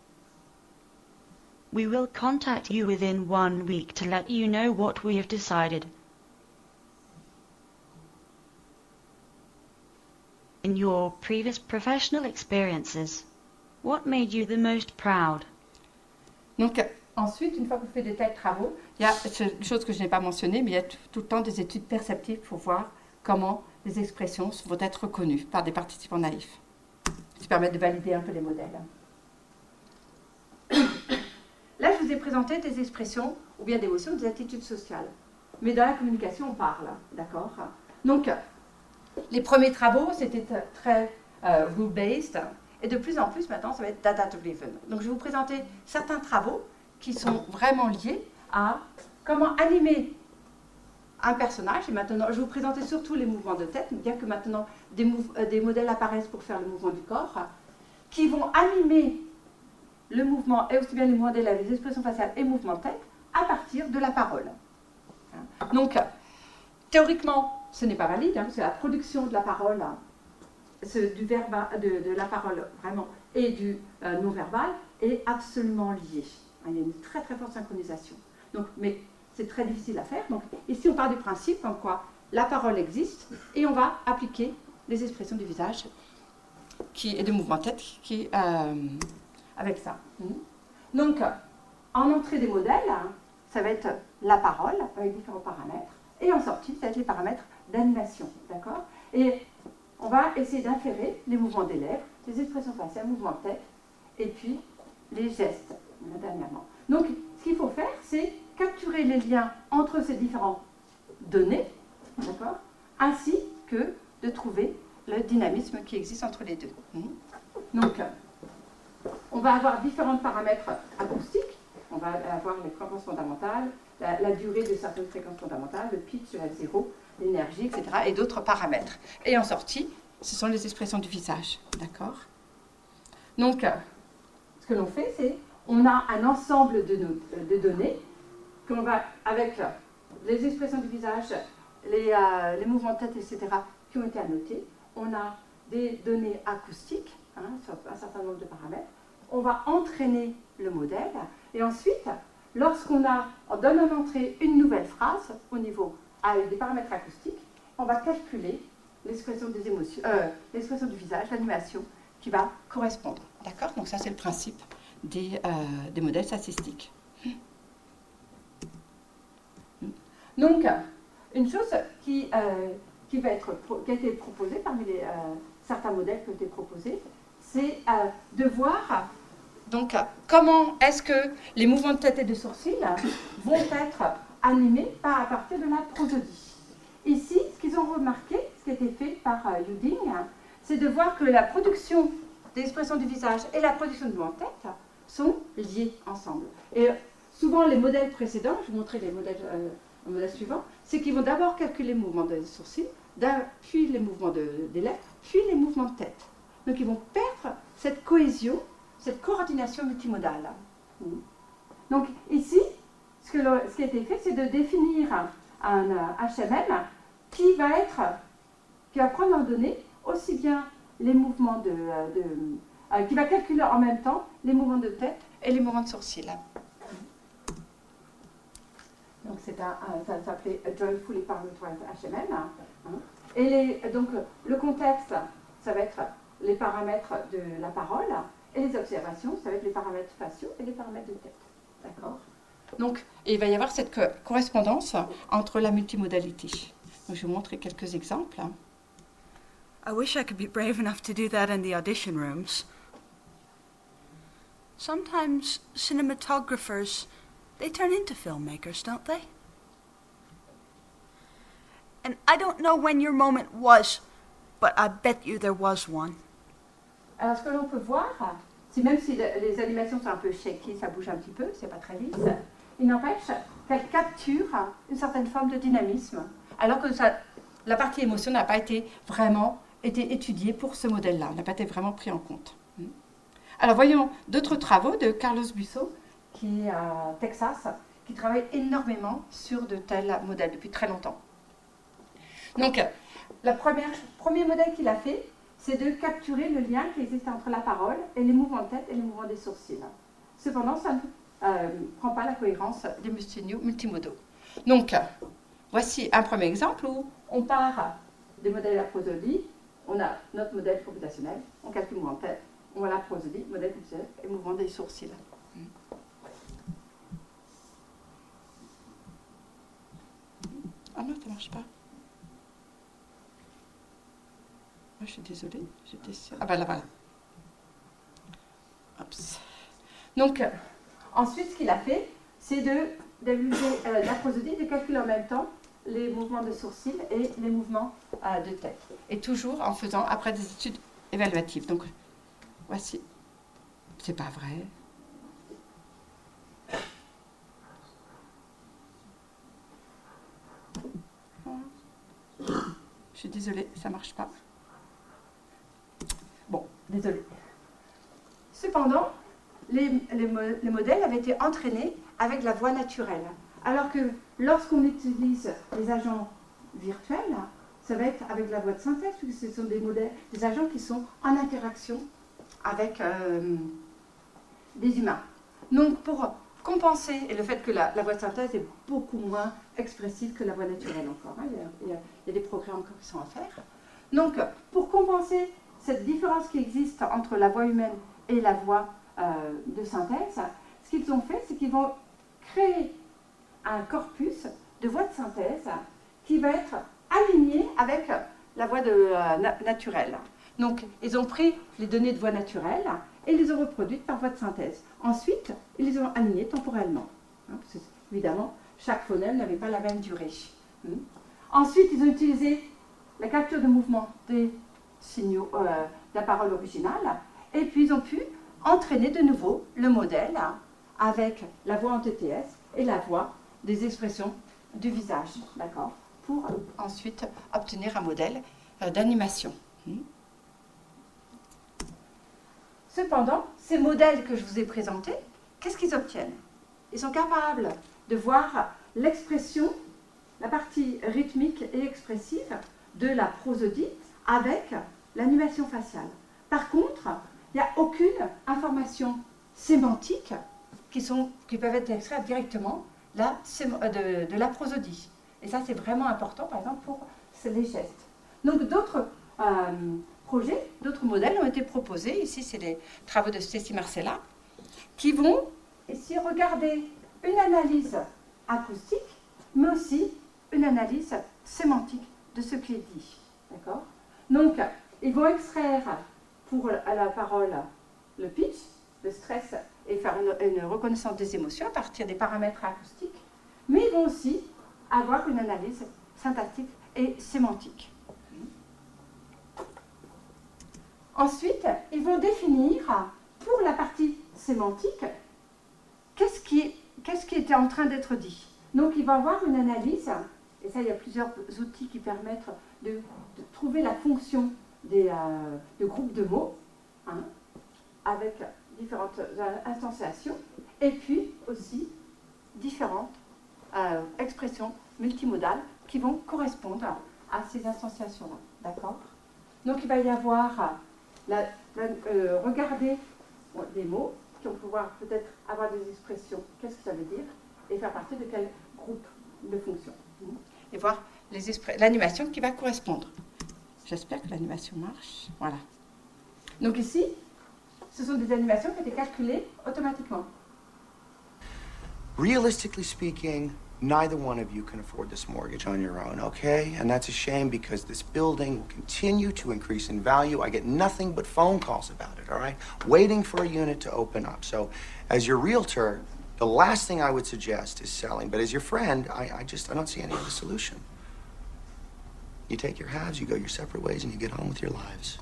We will contact you within 1 week to let you know what we have decided. In your previous professional experiences, what made you the most proud? Donc, ensuite, une fois que vous faites de tels travaux, il y a une chose que je n'ai pas mentionnée, mais il y a tout le temps des études perceptives pour voir comment les expressions vont être reconnues par des participants naïfs, qui permettent de valider un peu les modèles. Là, je vous ai présenté des expressions ou bien des émotions, des attitudes sociales. Mais dans la communication, on parle, d'accord ? Donc, les premiers travaux, c'était très rule-based, et de plus en plus, maintenant, ça va être data-driven. Donc, je vais vous présenter certains travaux qui sont vraiment liés à comment animer un personnage. Et maintenant, je vais vous présenter surtout les mouvements de tête, bien que maintenant, des modèles apparaissent pour faire le mouvement du corps, qui vont animer le mouvement, et aussi bien les modèles, les expressions faciales et mouvements de tête, à partir de la parole. Donc, théoriquement, ce n'est pas valide, parce que la production de la parole, de la parole vraiment, et du non-verbal est absolument liée. Il y a une très très forte synchronisation. Donc, mais c'est très difficile à faire. Donc, ici, on part du principe comme quoi la parole existe et on va appliquer les expressions du visage et de mouvements de tête avec ça. Donc, en entrée des modèles, ça va être la parole avec différents paramètres. Et en sortie, ça va être les paramètres d'animation. D'accord ? Et on va essayer d'inférer les mouvements des lèvres, les expressions faciales, mouvements de tête, et puis les gestes, dernièrement. Donc, ce qu'il faut faire, c'est capturer les liens entre ces différentes données, d'accord, ainsi que de trouver le dynamisme qui existe entre les deux. Donc, on va avoir différents paramètres acoustiques. On va avoir les fréquences fondamentales, la durée de certaines fréquences fondamentales, le pitch, la zéro, l'énergie, etc. et d'autres paramètres. Et en sortie, ce sont les expressions du visage. D'accord ? Donc, ce que l'on fait, c'est on a un ensemble de données qu'on va, avec les expressions du visage, les mouvements de tête, etc., qui ont été annotés. On a des données acoustiques, sur un certain nombre de paramètres. On va entraîner le modèle. Et ensuite, lorsqu'on donne en entrée une nouvelle phrase au niveau avec des paramètres acoustiques, on va calculer l'expression des émotions, l'expression du visage, l'animation qui va correspondre. D'accord ? Donc ça, c'est le principe des modèles statistiques. Donc, une chose qui a été proposée parmi certains modèles qui ont été proposés, c'est de voir donc, comment est-ce que les mouvements de tête et de sourcils vont être animés à partir de la prosodie. Ici, ce qu'ils ont remarqué, ce qui a été fait par Youding, c'est de voir que la production d'expression du visage et la production de mouvements de tête sont liés ensemble. Et souvent, les modèles précédents, je vais vous montrer les modèles, le modèle suivant, c'est qu'ils vont d'abord calculer les mouvements des sourcils, puis les mouvements des lèvres, puis les mouvements de tête. Donc, ils vont perdre cette cohésion, cette coordination multimodale. Donc, ici, ce qui a été fait, c'est de définir un HMM qui va prendre en données aussi bien les mouvements qui va calculer en même temps les mouvements de tête et les mouvements de sourcils. Donc ça s'appelait Joyfully Parameterized HMM. Et donc le contexte, ça va être les paramètres de la parole, et les observations, ça va être les paramètres faciaux et les paramètres de tête. D'accord ? Donc, il va y avoir cette correspondance entre la multimodalité. Donc, je vais vous montrer quelques exemples. I wish I could be brave enough to do that in the audition rooms. Sometimes cinematographers, they turn into filmmakers, don't they? And I don't know when your moment was, but I bet you there was one. Alors, ce que l'on peut voir, c'est même si les animations sont un peu shaky, ça bouge un petit peu, c'est pas très lisse, il n'empêche qu'elle capture une certaine forme de dynamisme, alors que la partie émotion n'a pas été vraiment étudiée pour ce modèle-là, n'a pas été vraiment pris en compte. Alors, voyons d'autres travaux de Carlos Busso, qui est à Texas, qui travaille énormément sur de tels modèles depuis très longtemps. Donc, le premier modèle qu'il a fait, c'est de capturer le lien qui existe entre la parole et les mouvements de tête et les mouvements des sourcils. Cependant, ça ne prend pas la cohérence des multimodaux. Donc, voici un premier exemple où on part des modèles de la prosodie, on a notre modèle computationnel, on calcule le mouvement de tête, on voit la prosodie, modèle computationnel et mouvement des sourcils. Ah non, ça ne marche pas. Je suis désolée, j'étais sûre. Ah ben là, voilà. Oups. Donc, ensuite, ce qu'il a fait, c'est d'utiliser la prosodie, de calculer en même temps les mouvements de sourcils et les mouvements de tête. Et toujours en faisant après des études évaluatives. Donc, voici. C'est pas vrai. Je suis désolée, ça marche pas. Bon, désolé. Cependant, les modèles avaient été entraînés avec la voix naturelle. Alors que lorsqu'on utilise les agents virtuels, ça va être avec la voix de synthèse, puisque ce sont des agents qui sont en interaction avec des humains. Donc, pour compenser, et le fait que la voix de synthèse est beaucoup moins expressive que la voix naturelle encore, hein, il y a des progrès encore qui sont à faire. Donc, pour compenser cette différence qui existe entre la voix humaine et la voix de synthèse, ce qu'ils ont fait, c'est qu'ils vont créer un corpus de voix de synthèse qui va être aligné avec la voix naturelle. Donc, ils ont pris les données de voix naturelle et les ont reproduites par voix de synthèse. Ensuite, ils les ont alignées temporellement. Parce que, évidemment, chaque phonème n'avait pas la même durée. Ensuite, ils ont utilisé la capture de mouvement des signaux de la parole originale, et puis ils ont pu entraîner de nouveau le modèle avec la voix en TTS et la voix des expressions du visage, d'accord, pour ensuite obtenir un modèle d'animation. Cependant, ces modèles que je vous ai présentés, qu'est-ce qu'ils obtiennent? Ils sont capables de voir l'expression, la partie rythmique et expressive de la prosodie avec l'animation faciale. Par contre, il n'y a aucune information sémantique qui peuvent être extraites directement de la prosodie. Et ça, c'est vraiment important, par exemple, pour les gestes. Donc, d'autres projets, d'autres modèles ont été proposés. Ici, c'est les travaux de Stacy Marcella, qui vont ici regarder une analyse acoustique, mais aussi une analyse sémantique de ce qui est dit. D'accord ? Donc, ils vont extraire pour à la parole le pitch, le stress et faire une reconnaissance des émotions à partir des paramètres acoustiques, mais ils vont aussi avoir une analyse syntactique et sémantique. Ensuite, ils vont définir pour la partie sémantique qu'est-ce qui était en train d'être dit. Donc il va avoir une analyse, et ça il y a plusieurs outils qui permettent de trouver la fonction des groupes de mots, hein, avec différentes instantiations, et puis aussi différentes expressions multimodales qui vont correspondre à ces instantiations-là. D'accord? Donc il va y avoir regarder des mots qui vont pouvoir peut-être avoir des expressions, qu'est-ce que ça veut dire, et faire partie de quel groupe de fonctions. Et voir l'animation qui va correspondre. J'espère que l'animation marche. Voilà. Donc ici, ce sont des animations qui ont été calculées automatiquement. Realistically speaking, neither one of you can afford this mortgage on your own, okay? And that's a shame because this building will continue to increase in value. I get nothing but phone calls about it, all right? Waiting for a unit to open up. So, as your realtor, the last thing I would suggest is selling. But as your friend, I don't see any other solution. You take your halves, you go your separate ways, and you get on with your lives.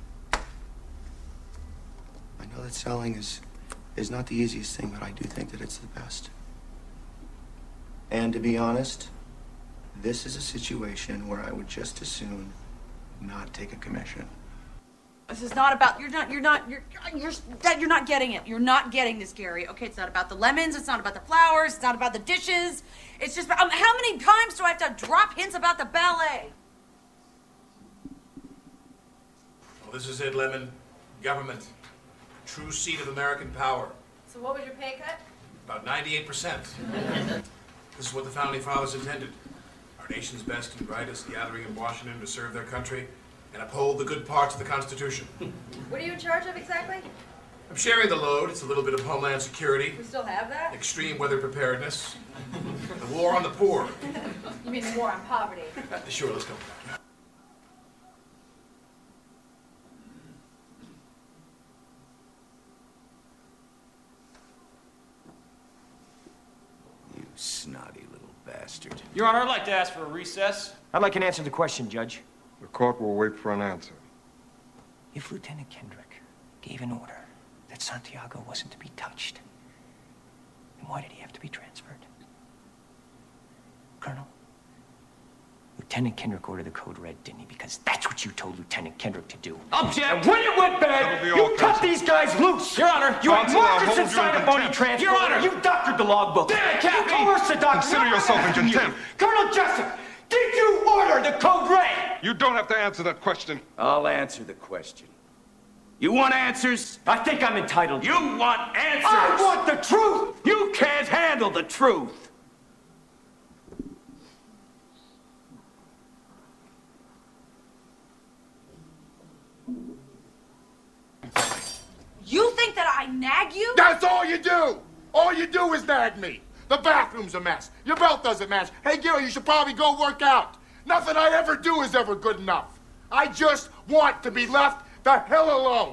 I know that selling is not the easiest thing, but I do think that it's the best. And to be honest, this is a situation where I would just as soon not take a commission. This is not about, you're not getting it. You're not getting this, Gary. Okay, it's not about the lemons, it's not about the flowers, it's not about the dishes. It's just about, how many times do I have to drop hints about the ballet? Well, this is it, Lemon. Government. True seat of American power. So what was your pay cut? About 98%. This is what the Founding Fathers intended. Our nation's best and brightest gathering in Washington to serve their country and uphold the good parts of the Constitution. What are you in charge of exactly? I'm sharing the load. It's a little bit of Homeland Security, We still have that? extreme weather preparedness, the war on the poor. You mean the war on poverty? Sure, let's go. You snotty little bastard. Your Honor, I'd like to ask for a recess. I'd like an answer to the question, Judge. The court will wait for an answer. If Lieutenant Kendrick gave an order that Santiago wasn't to be touched, then why did he have to be transferred? Colonel, Lieutenant Kendrick ordered the code red, didn't he? Because that's what you told Lieutenant Kendrick to do. Object! And when it went bad, That'll be all, you cut Counsel. these guys loose! Your Honor! You had Counsel, I'll Marcus hold you in inside a phony contempt. transfer. Your Honor! You doctored the logbook. Damn it, Captain! You coerced the doctor. Consider yourself in contempt. Colonel Jessup, did you order the code red? You don't have to answer that question. I'll answer the question. You want answers? I think I'm entitled. You want answers? I want the truth! You can't handle the truth. You think that I nag you? That's all you do! All you do is nag me. The bathroom's a mess. Your belt doesn't match. Hey, Gary, you should probably go work out. Nothing I ever do is ever good enough. I just want to be left the hell alone.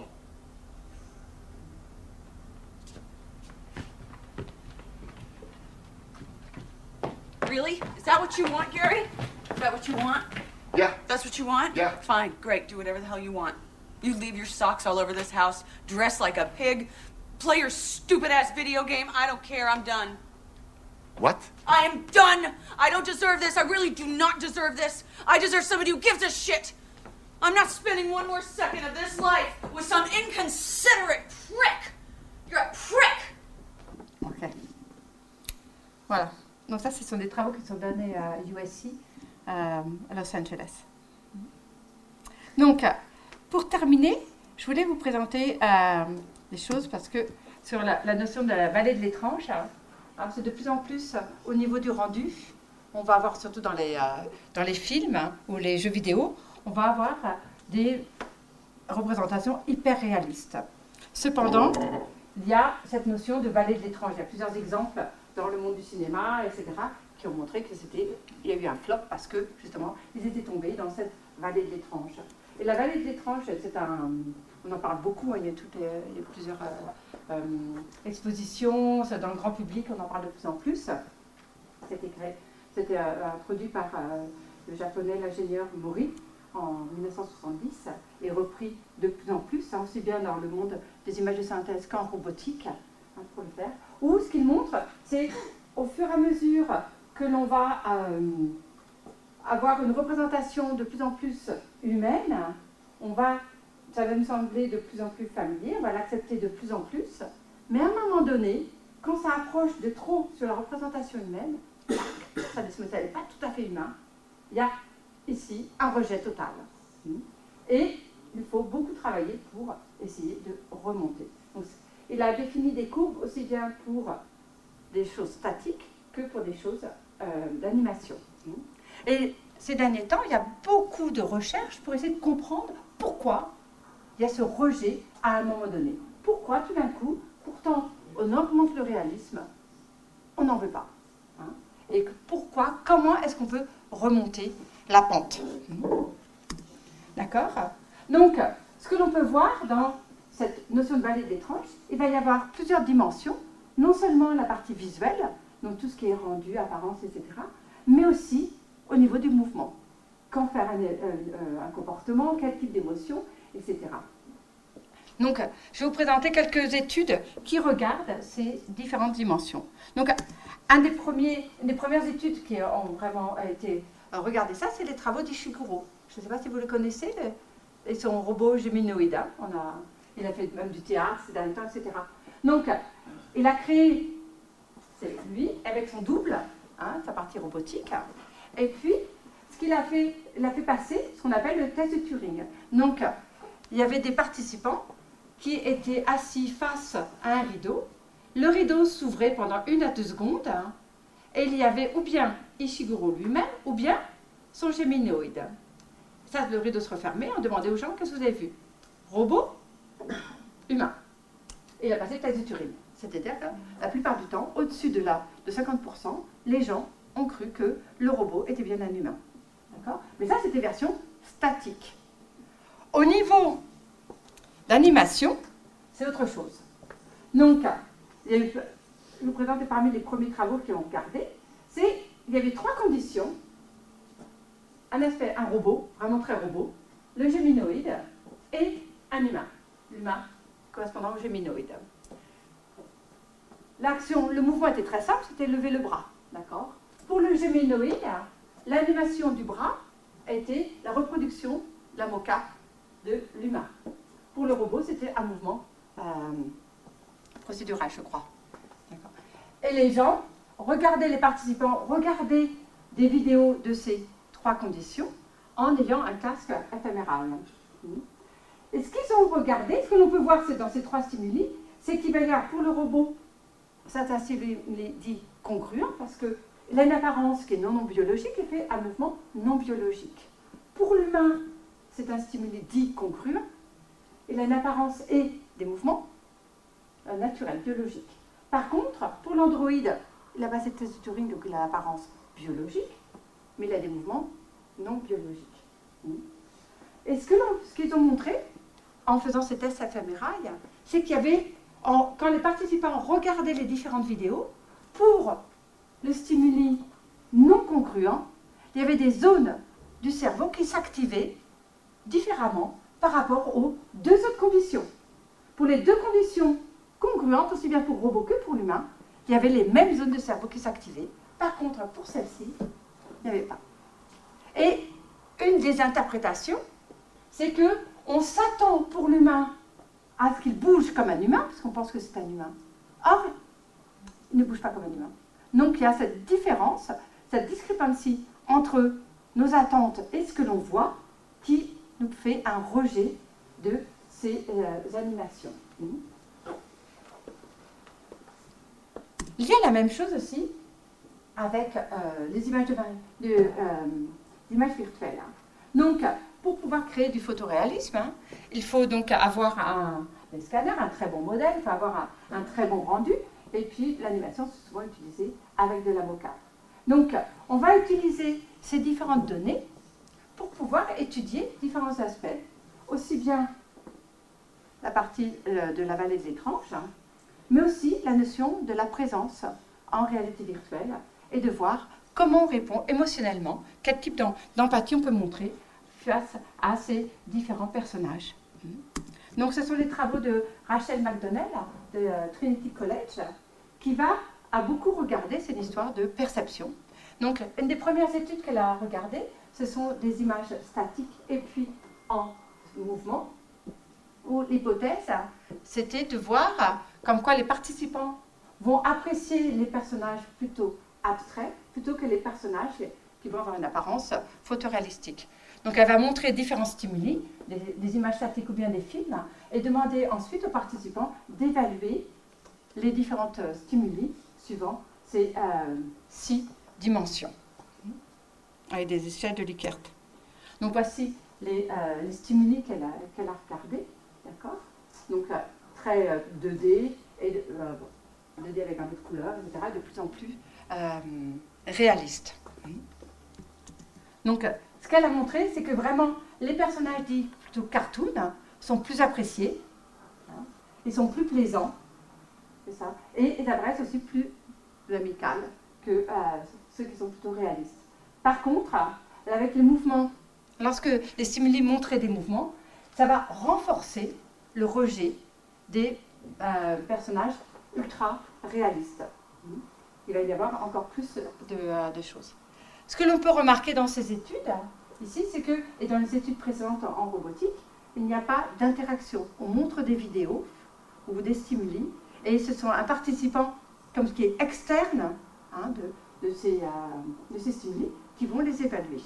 Really? Is that what you want, Gary? Is that what you want? Yeah. That's what you want? Yeah. Fine, great, do whatever the hell you want. You leave your socks all over this house, dress like a pig, play your stupid-ass video game. I don't care, I'm done. What? I am done! I don't deserve this. I really do not deserve this. I deserve somebody who gives a shit. I'm not spending one more second of this life with some inconsiderate prick. You're a prick! Ok. Voilà. Donc ça, ce sont des travaux qui sont donnés à USC, à Los Angeles. Donc, pour terminer, je voulais vous présenter des choses parce que sur la notion de la vallée de l'étrange, alors c'est de plus en plus au niveau du rendu. On va avoir surtout dans les films ou les jeux vidéo, on va avoir des représentations hyper réalistes. Cependant, il y a cette notion de vallée de l'étrange. Il y a plusieurs exemples dans le monde du cinéma, etc., qui ont montré que il y a eu un flop parce que, justement, ils étaient tombés dans cette vallée de l'étrange. Et la vallée de l'étrange, c'est On en parle beaucoup, il y a plusieurs expositions, dans le grand public, on en parle de plus en plus. C'était produit par le japonais, l'ingénieur Mori, en 1970, et repris de plus en plus, aussi bien dans le monde des images de synthèse qu'en robotique, pour le faire. Où ce qu'il montre, c'est au fur et à mesure que l'on va avoir une représentation de plus en plus humaine, ça va me sembler de plus en plus familier, on va l'accepter de plus en plus, mais à un moment donné, quand ça approche de trop sur la représentation humaine, ça ne est pas tout à fait humain, il y a ici un rejet total. Et il faut beaucoup travailler pour essayer de remonter. Donc, il a défini des courbes aussi bien pour des choses statiques que pour des choses d'animation. Et ces derniers temps, il y a beaucoup de recherches pour essayer de comprendre pourquoi il y a ce rejet à un moment donné. Pourquoi tout d'un coup, pourtant on augmente le réalisme, on n'en veut pas. Et comment est-ce qu'on peut remonter la pente? D'accord? Donc, ce que l'on peut voir dans cette notion de vallée des tranches, il va y avoir plusieurs dimensions, non seulement la partie visuelle, donc tout ce qui est rendu, apparence, etc., mais aussi au niveau du mouvement. Quand faire un comportement, quel type d'émotion, etc. Donc, je vais vous présenter quelques études qui regardent ces différentes dimensions. Donc, une des premières études qui ont vraiment été regardées ça, c'est les travaux d'Ishiguro. Je ne sais pas si vous le connaissez, et son robot Geminoid. Il a fait même du théâtre ces derniers temps, etc. Donc, il a créé, c'est lui, avec son double, sa partie robotique. Et puis, ce qu'il a fait, il a fait passer ce qu'on appelle le test de Turing. Donc, il y avait des participants qui étaient assis face à un rideau. Le rideau s'ouvrait pendant 1 à 2 secondes, et il y avait ou bien Ishiguro lui-même, ou bien son Geminoid. Ça, le rideau se refermait, on demandait aux gens, qu'est-ce que vous avez vu? Robot? Humain. Et il a passé le test de Turing. C'est-à-dire que la plupart du temps, au-dessus de 50%, les gens ont cru que le robot était bien un humain. D'accord? Mais ça, c'était version statique. Au niveau d'animation, c'est autre chose. Donc, je vous présente parmi les premiers travaux qui ont regardé, il y avait 3 conditions. Un robot, vraiment très robot, le Geminoid et un humain. L'humain correspondant au Geminoid. Le mouvement était très simple, c'était lever le bras. D'accord? Pour le Geminoid, l'animation du bras était la reproduction de la moca de l'humain. Pour le robot, c'était un mouvement procédural, je crois. D'accord. Et les gens les participants regardaient des vidéos de ces 3 conditions en ayant un casque éphéméral. Et ce qu'ils ont regardé, ce que l'on peut voir dans ces 3 stimuli, c'est qu'il va y avoir pour le robot certains stimuli dits congruents, parce que il a une apparence qui est non biologique et fait un mouvement non biologique. Pour l'humain, c'est un stimuli dit congruent, il a une apparence et des mouvements naturels, biologiques. Par contre, pour l'androïde, il a passé le test de Turing, donc il a l'apparence biologique, mais il a des mouvements non biologiques. Et ce qu'ils ont montré, en faisant ces tests éphémérales, c'est qu'il y avait, quand les participants regardaient les différentes vidéos, pour le stimuli non congruent, il y avait des zones du cerveau qui s'activaient différemment par rapport aux 2 autres conditions. Pour les 2 conditions congruentes, aussi bien pour le robot que pour l'humain, il y avait les mêmes zones de cerveau qui s'activaient. Par contre, pour celle-ci, il n'y avait pas. Et une des interprétations, c'est qu'on s'attend pour l'humain à ce qu'il bouge comme un humain, parce qu'on pense que c'est un humain. Or, il ne bouge pas comme un humain. Donc il y a cette différence, cette discrepancy entre nos attentes et ce que l'on voit, qui nous fait un rejet de ces animations. Il y a la même chose aussi avec les images images virtuelles. Donc, pour pouvoir créer du photoréalisme, il faut donc avoir un scanner, un très bon modèle, il faut avoir un très bon rendu, et puis l'animation, c'est souvent utilisée avec de la mocap. Donc, on va utiliser ces différentes données pour pouvoir étudier différents aspects, aussi bien la partie de la vallée des étranges, mais aussi la notion de la présence en réalité virtuelle et de voir comment on répond émotionnellement, quel type d'empathie on peut montrer face à ces différents personnages. Donc ce sont les travaux de Rachel McDonnell de Trinity College qui a beaucoup regardé cette histoire de perception. Donc une des premières études qu'elle a regardées, ce sont des images statiques et puis en mouvement, où l'hypothèse, c'était de voir comme quoi les participants vont apprécier les personnages plutôt abstraits, plutôt que les personnages qui vont avoir une apparence photoréalistique. Donc elle va montrer différents stimuli, des images statiques ou bien des films, et demander ensuite aux participants d'évaluer les différentes stimuli suivant ces 6 dimensions, avec des échelles de Likert. Donc voici les stimuli qu'elle a regardés, d'accord. Donc très 2D, et 2D avec un peu de couleur, etc., de plus en plus réaliste. Donc ce qu'elle a montré, c'est que vraiment les personnages dits plutôt cartoon sont plus appréciés, ils sont plus plaisants, c'est ça, et ils adressent aussi plus amicales que ceux qui sont plutôt réalistes. Par contre, avec les mouvements, lorsque les stimuli montraient des mouvements, ça va renforcer le rejet des personnages ultra réalistes. Il va y avoir encore plus de choses. Ce que l'on peut remarquer dans ces études, ici, c'est que, et dans les études précédentes en robotique, il n'y a pas d'interaction. On montre des vidéos ou des stimuli, et ce sont un participant comme ce qui est externe de ces stimuli qui vont les évaluer.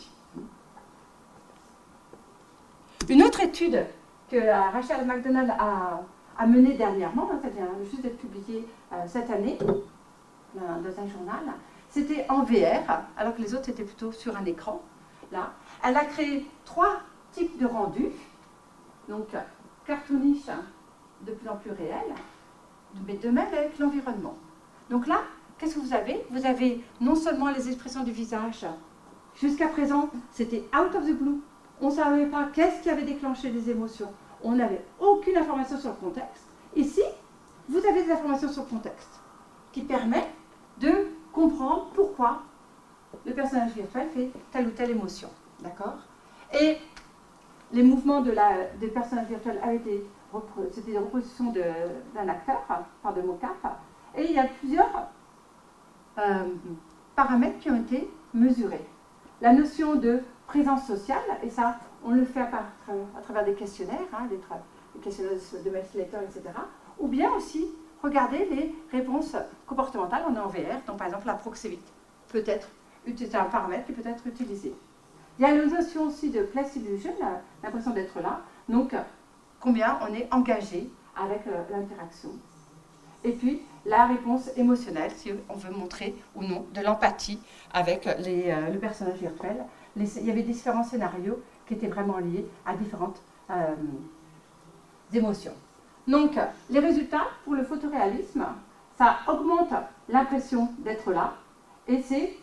Une autre étude que Rachel McDonnell a menée dernièrement, ça vient juste d'être publié cette année dans un journal, c'était en VR, alors que les autres étaient plutôt sur un écran. Là, elle a créé 3 types de rendus, donc cartoonish, de plus en plus réel, mais de même avec l'environnement. Donc là, qu'est-ce que vous avez? Vous avez non seulement les expressions du visage, jusqu'à présent, c'était out of the blue. On ne savait pas qu'est-ce qui avait déclenché les émotions. On n'avait aucune information sur le contexte. Ici, vous avez des informations sur le contexte qui permettent de comprendre pourquoi le personnage virtuel fait telle ou telle émotion. D'accord? Et les mouvements des personnages virtuels c'était des reproductions d'un acteur, par de mocap. Et il y a plusieurs paramètres qui ont été mesurés. La notion de présence sociale, et ça, on le fait à travers des questionnaires, des questionnaires de Mail-Slater, etc. Ou bien aussi regarder les réponses comportementales en VR, donc par exemple la proxémite. Peut-être c'est un paramètre qui peut être utilisé. Il y a la notion aussi de place illusion, l'impression d'être là, donc combien on est engagé avec l'interaction. Et puis la réponse émotionnelle, si on veut montrer ou non de l'empathie avec le personnage virtuel. Il y avait différents scénarios qui étaient vraiment liés à différentes émotions. Donc, les résultats pour le photoréalisme, ça augmente l'impression d'être là et c'est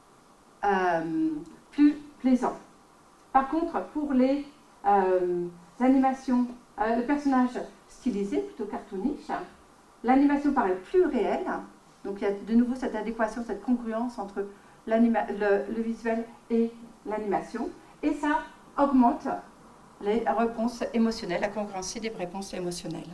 plus plaisant. Par contre, pour les animations, le personnage stylisé, plutôt cartoonish, l'animation paraît plus réelle. Donc, il y a de nouveau cette adéquation, cette congruence entre le visuel et l'animation. Et ça augmente les réponses émotionnelles, la congruence des réponses émotionnelles.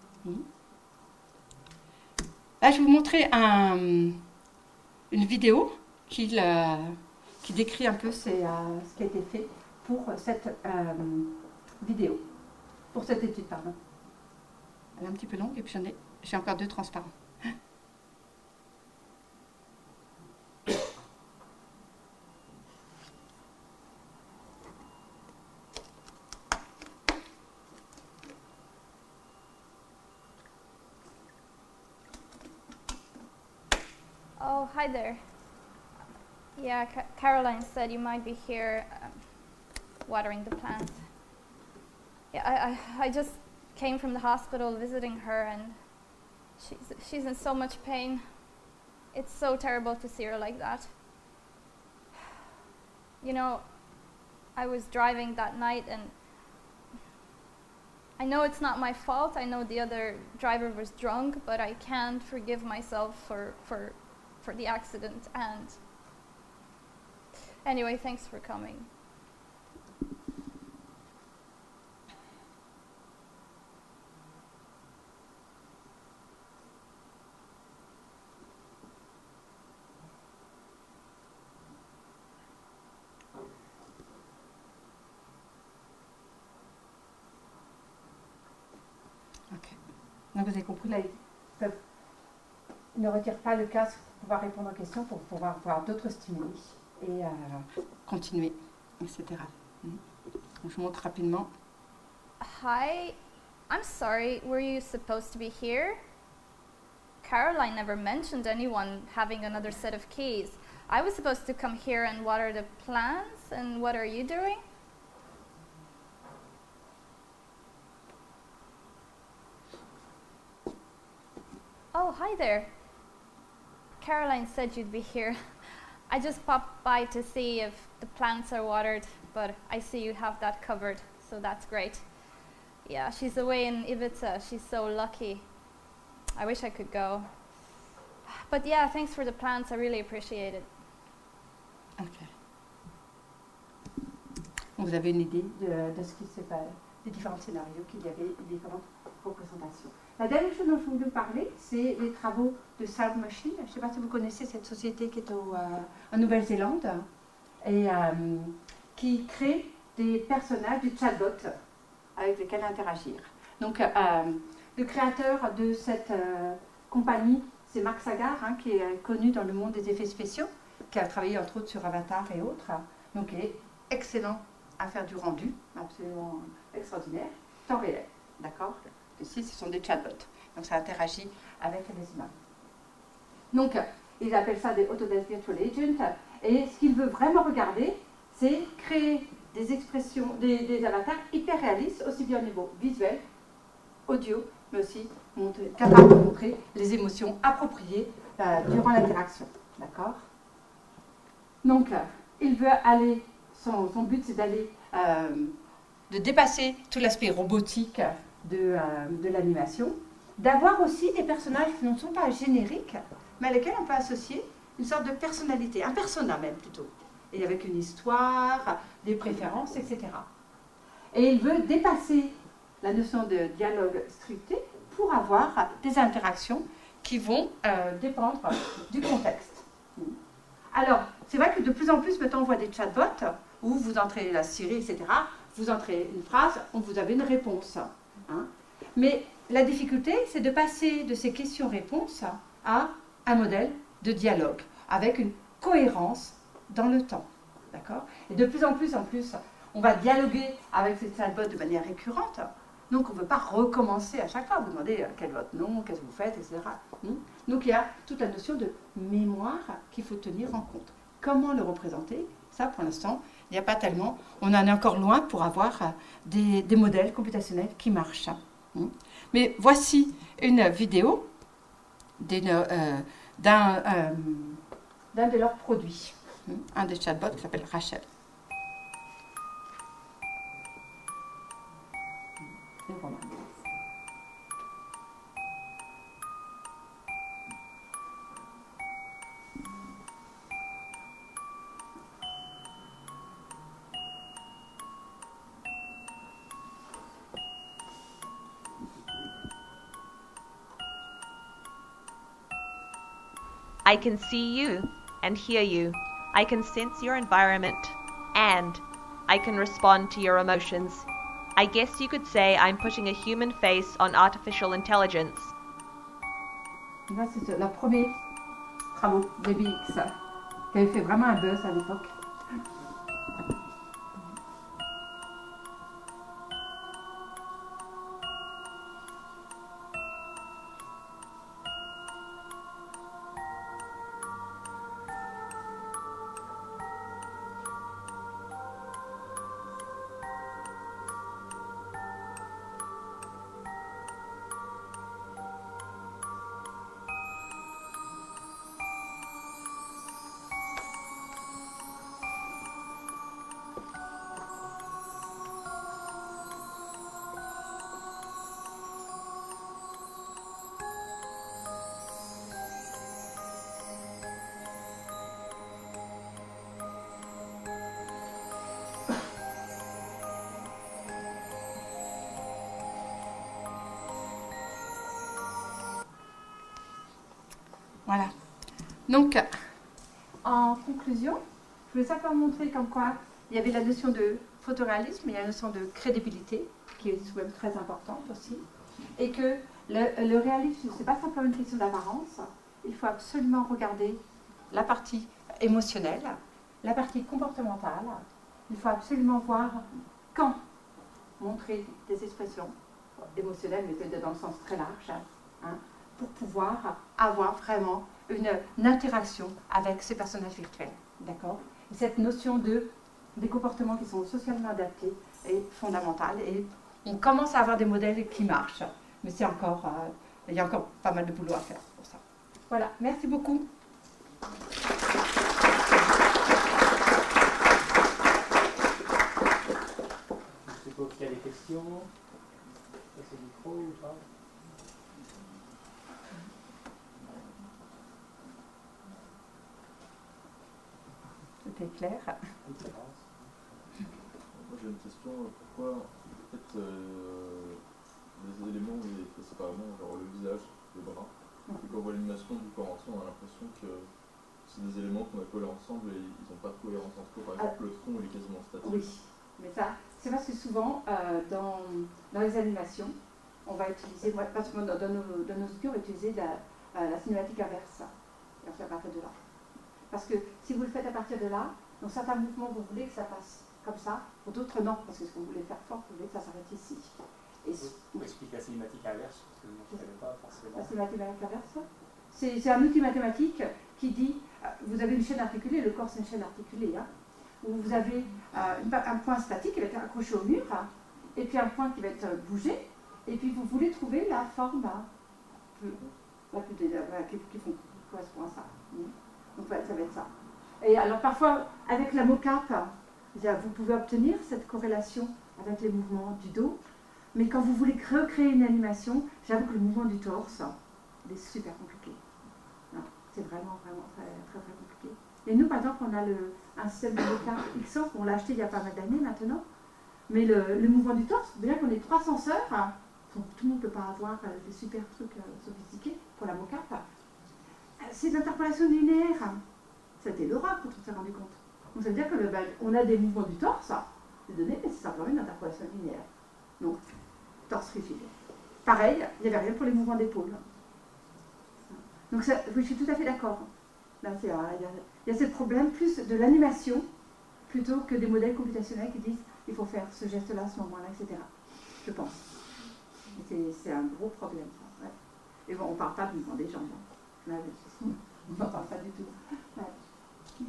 Là, je vais vous montrer une vidéo qui décrit un peu ce qui a été fait pour cette vidéo, pour cette étude, pardon. Elle est un petit peu longue et puis j'ai encore 2 transparents. Oh, hi there. Yeah, Caroline said you might be here watering the plants. Yeah, I just came from the hospital visiting her and she's in so much pain. It's so terrible to see her like that. You know, I was driving that night and I know it's not my fault. I know the other driver was drunk, but I can't forgive myself for the accident. And anyway, thanks for coming. Donc vous avez compris, là, ils ne retirent pas le casque pour pouvoir répondre aux questions, pour pouvoir voir d'autres stimuli et continuer, etc. Donc, je montre rapidement. Hi, I'm sorry, were you supposed to be here? Caroline never mentioned anyone having another set of keys. I was supposed to come here and water the plants, and what are you doing? Oh, hi there. Caroline said you'd be here. I just popped by to see if the plants are watered, but I see you have that covered, so that's great. Yeah, she's away in Ibiza. She's so lucky. I wish I could go. But yeah, thanks for the plants. I really appreciate it. Ok. Vous avez une idée de ce qui s'est passé, des différents scénarios qu'il y avait, des différentes représentations. La dernière chose dont je voulais parler, c'est les travaux de Sound Machine. Je ne sais pas si vous connaissez cette société qui est en Nouvelle-Zélande et qui crée des personnages, des chatbots avec lesquels interagir. Donc, le créateur de cette compagnie, c'est Mark Sagar, qui est connu dans le monde des effets spéciaux, qui a travaillé entre autres sur Avatar et autres. Donc, il est excellent à faire du rendu, absolument extraordinaire, temps réel, d'accord ? Ici, ce sont des chatbots, donc ça interagit avec les humains. Donc, ils appellent ça des Autodesk Virtual Agents, et ce qu'ils veulent vraiment regarder, c'est créer des expressions, des avatars hyper réalistes, aussi bien au niveau visuel, audio, mais aussi capable de montrer les émotions appropriées durant l'interaction. D'accord ? Donc, il veut aller, son but c'est d'aller, de dépasser tout l'aspect robotique de l'animation, d'avoir aussi des personnages qui ne sont pas génériques, mais à lesquels on peut associer une sorte de personnalité, un persona même plutôt, et avec une histoire, des préférences, etc. Et il veut dépasser la notion de dialogue scripté pour avoir des interactions qui vont dépendre du contexte. Alors, c'est vrai que de plus en plus, maintenant, on voit des chatbots où vous entrez la Siri, etc., vous entrez une phrase, vous avez une réponse. Mais la difficulté, c'est de passer de ces questions-réponses à un modèle de dialogue, avec une cohérence dans le temps. D'accord ? Et de plus en plus, on va dialoguer avec ces chatbots de manière récurrente, donc on ne veut pas recommencer à chaque fois, vous demandez quel est votre nom, qu'est-ce que vous faites, etc. Donc il y a toute la notion de mémoire qu'il faut tenir en compte. Comment le représenter ? Ça, pour l'instant, il n'y a pas tellement. On en est encore loin pour avoir des modèles computationnels qui marchent. Mais voici une vidéo d'un de leurs produits, un des chatbots qui s'appelle Rachel. Et voilà. I can see you and hear you. I can sense your environment and I can respond to your emotions. I guess you could say I'm putting a human face on artificial intelligence. Là, c'est leur premier travaux, BabyX, qui avait fait vraiment un buzz à l'époque. Donc, en conclusion, je voulais simplement montrer comme quoi il y avait la notion de photoréalisme, il y a la notion de crédibilité, qui est souvent très importante aussi, et que le réalisme, ce n'est pas simplement une question d'apparence, il faut absolument regarder la partie émotionnelle, la partie comportementale, il faut absolument voir quand montrer des expressions émotionnelles, mais peut-être dans le sens très large, hein, pour pouvoir avoir vraiment une interaction avec ces personnages virtuels. D'accord ? Et cette notion des comportements qui sont socialement adaptés est fondamentale. Et on commence à avoir des modèles qui marchent. Mais c'est encore, il y a encore pas mal de boulot à faire pour ça. Voilà, merci beaucoup. Je suppose qu'il y a des questions. Est-ce le micro ou pas? C'était clair. Moi j'ai une question, pourquoi en fait, les éléments on les fait séparément, genre le visage, le bras, et quand on voit l'animation du corps entier, on a l'impression que c'est des éléments qu'on a collés ensemble et ils n'ont pas de cohérence entre eux. Par exemple, le front il est quasiment statique. Oui, mais ça, c'est parce que souvent dans les animations, on va utiliser, pas seulement dans nos outils, on va utiliser la cinématique inverse. Et on fait à partir de là. Parce que si vous le faites à partir de là, dans certains mouvements, vous voulez que ça passe comme ça, pour d'autres non, parce que ce que vous voulez faire fort, vous voulez que ça s'arrête ici. Et vous expliquez la cinématique inverse, parce que je ne savais pas forcément. La cinématique inverse, c'est un outil mathématique qui dit, vous avez une chaîne articulée, le corps c'est une chaîne articulée, hein, où vous avez un point statique qui va être accroché au mur, hein, et puis un point qui va être bougé, et puis vous voulez trouver la forme qui correspond à ça. Donc ça va être ça. Et alors parfois, avec la mocap, vous pouvez obtenir cette corrélation avec les mouvements du dos, mais quand vous voulez recréer une animation, j'avoue que le mouvement du torse, il est super compliqué. C'est vraiment très, très, très compliqué. Et nous, par exemple, on a un système de mocap XOR, on l'a acheté il y a pas mal d'années maintenant, mais le mouvement du torse, bien qu'on ait 3 senseurs, tout le monde ne peut pas avoir des super trucs sophistiqués pour la mocap. C'est de l'interpolation linéaire. C'était l'horreur quand on s'est rendu compte. Donc ça veut dire qu'on a des mouvements du torse, des données, mais c'est simplement une interpolation linéaire. Donc, torse rigide. Pareil, il n'y avait rien pour les mouvements d'épaule. Donc ça, oui, je suis tout à fait d'accord. Là, il y a ce problème plus de l'animation plutôt que des modèles computationnels qui disent il faut faire ce geste-là, à ce moment-là, etc. Je pense. C'est un gros problème, ça. Ouais. Et bon, on ne parle pas du mouvement des jambes. Là, on n'en parle pas du tout. Ouais.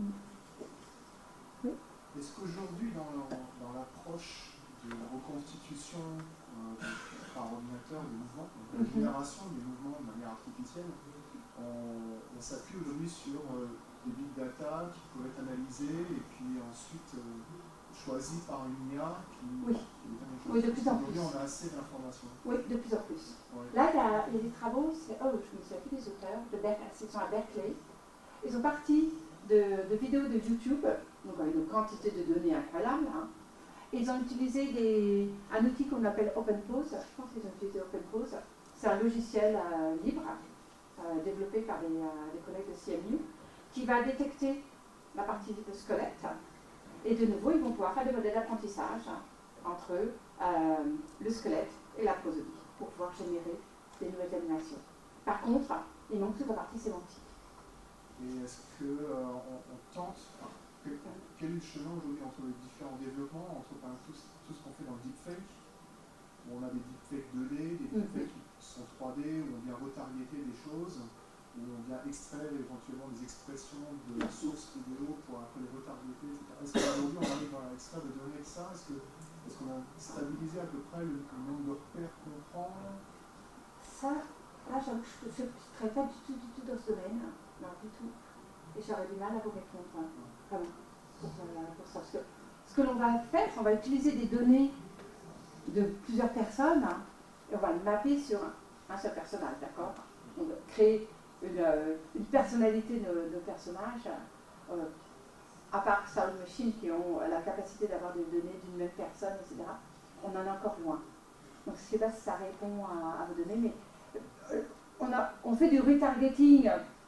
Oui. Est-ce qu'aujourd'hui, dans l'approche de la reconstitution par ordinateur des mouvements, la génération des mouvements de manière artificielle, on s'appuie aujourd'hui sur des big data qui pourraient être analysés et puis ensuite choisis par une IA qui oui, de plus en plus. Aujourd'hui, on a assez d'informations. Oui, de plus en plus. Ouais. Là, il y a des travaux, je me souviens plus des auteurs, ils sont à Berkeley. Ils sont partis de vidéos de YouTube, donc avec une quantité de données incroyable. Hein. Ils ont utilisé un outil qu'on appelle OpenPose. Je pense qu'ils ont utilisé OpenPose. C'est un logiciel libre, développé par des collègues de CMU, qui va détecter la partie de squelette. Et de nouveau, ils vont pouvoir faire des modèles d'apprentissage entre le squelette et la prosodie pour pouvoir générer des nouvelles animations. Par contre, il manque toute la partie sémantique. Et est-ce qu'on tente, quel est le chemin aujourd'hui entre les différents développements, entre par exemple, tout ce qu'on fait dans le deepfake, où on a des deepfakes 2D, des deepfakes qui sont 3D, où on vient retargeter des choses, où on vient extraire éventuellement des expressions de sources vidéo pour après les retargeter, etc. Est-ce qu'aujourd'hui on arrive à extraire des données de ça? Est-ce qu'on a stabilisé à peu près le nombre de repères qu'on prend? Ça, là j'avoue que je ne serais pas du tout dans ce domaine. Non, du tout. Et j'aurais du mal à vous répondre, vraiment, pour ça. Parce que ce que l'on va faire, on va utiliser des données de plusieurs personnes et on va les mapper sur un seul personnage, d'accord? On va créer une personnalité de personnages, à part Sound Machine qui ont la capacité d'avoir des données d'une même personne, etc. On en est encore loin. Donc je ne sais pas si ça répond à vos données, mais on fait du retargeting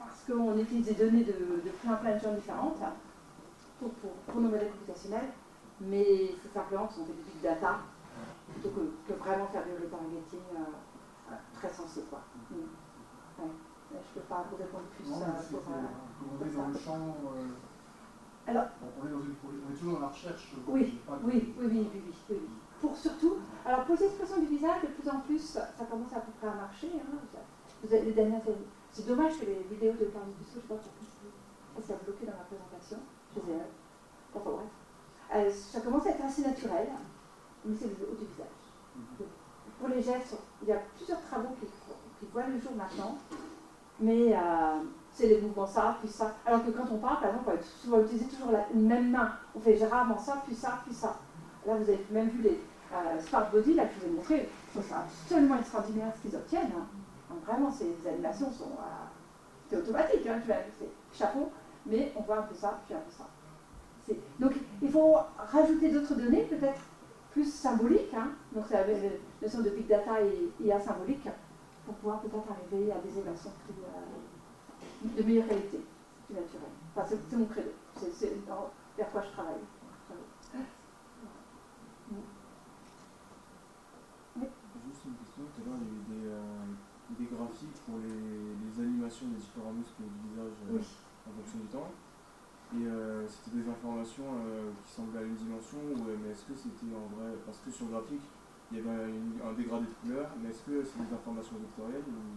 parce qu'on utilise des données de plein de gens différentes pour nos modèles computationnels, mais c'est simplement parce qu'on fait du big data plutôt que vraiment faire du retargeting très sensé, quoi. Ouais. Je ne peux pas vous répondre plus non, pour on est dans le champ. Alors, on est toujours dans la recherche. Oui. Pour surtout, alors pour les expressions du visage, de plus en plus, ça commence à peu près à marcher. Hein. Vous avez les dernières, c'est dommage que les vidéos de Carl Busso, je ne sais pas pourquoi ça a bloqué dans la présentation. Enfin bref. Ça commence à être assez naturel, mais c'est le haut du visage. Donc, pour les gestes, il y a plusieurs travaux qui voient le jour maintenant, mais c'est les mouvements ça, puis ça. Alors que quand on parle, par exemple, on va utiliser toujours une même main. On fait rarement ça, puis ça, puis ça. Là, vous avez même vu les Spark Body, là, que je vous ai montré. C'est absolument extraordinaire ce qu'ils obtiennent. Hein. Donc, vraiment, ces animations sont... c'est automatique, hein, c'est chapeau, mais on voit un peu ça, puis un peu ça. Donc, il faut rajouter d'autres données, peut-être plus symboliques. Hein. Donc, c'est la notion de big data et IA symbolique, pour pouvoir peut-être arriver à des évaluations de meilleure qualité, plus naturelles. Enfin, c'est mon credo. C'est vers quoi je travaille. Oui. Juste une question, tout à l'heure il y a eu des graphiques pour les animations des différents muscles du visage en fonction du temps. Et c'était des informations qui semblaient à une dimension, mais est-ce que c'était en vrai, parce que sur le graphique il y avait un dégradé de couleur, mais est-ce que c'est des informations vectorielles ou...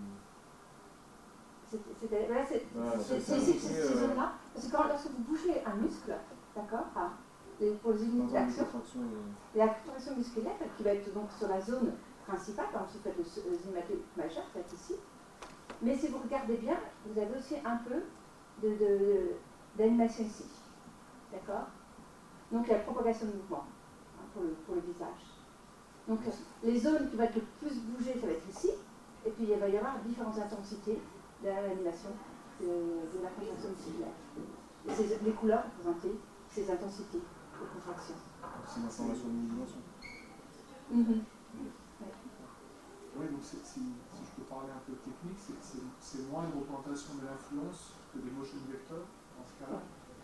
C'est ces zones-là, parce que lorsque vous bougez un muscle, d'accord, pour les unités d'action, la contraction musculaire qui va être donc sur la zone principale, par exemple, si vous faites le zymatique majeur, ça va être ici. Mais si vous regardez bien, vous avez aussi un peu d'animation ici. D'accord? Donc il y a la propagation de mouvement pour le visage. Donc les zones qui vont être le plus bougées, ça va être ici. Et puis il va y avoir différentes intensités de l'animation de la contraction musculaire. Et les couleurs représentées, ces intensités de contraction. C'est une information de dimension. Oui, donc si je peux parler un peu technique, c'est moins une représentation de l'influence que des motion vectors dans ce cas-là.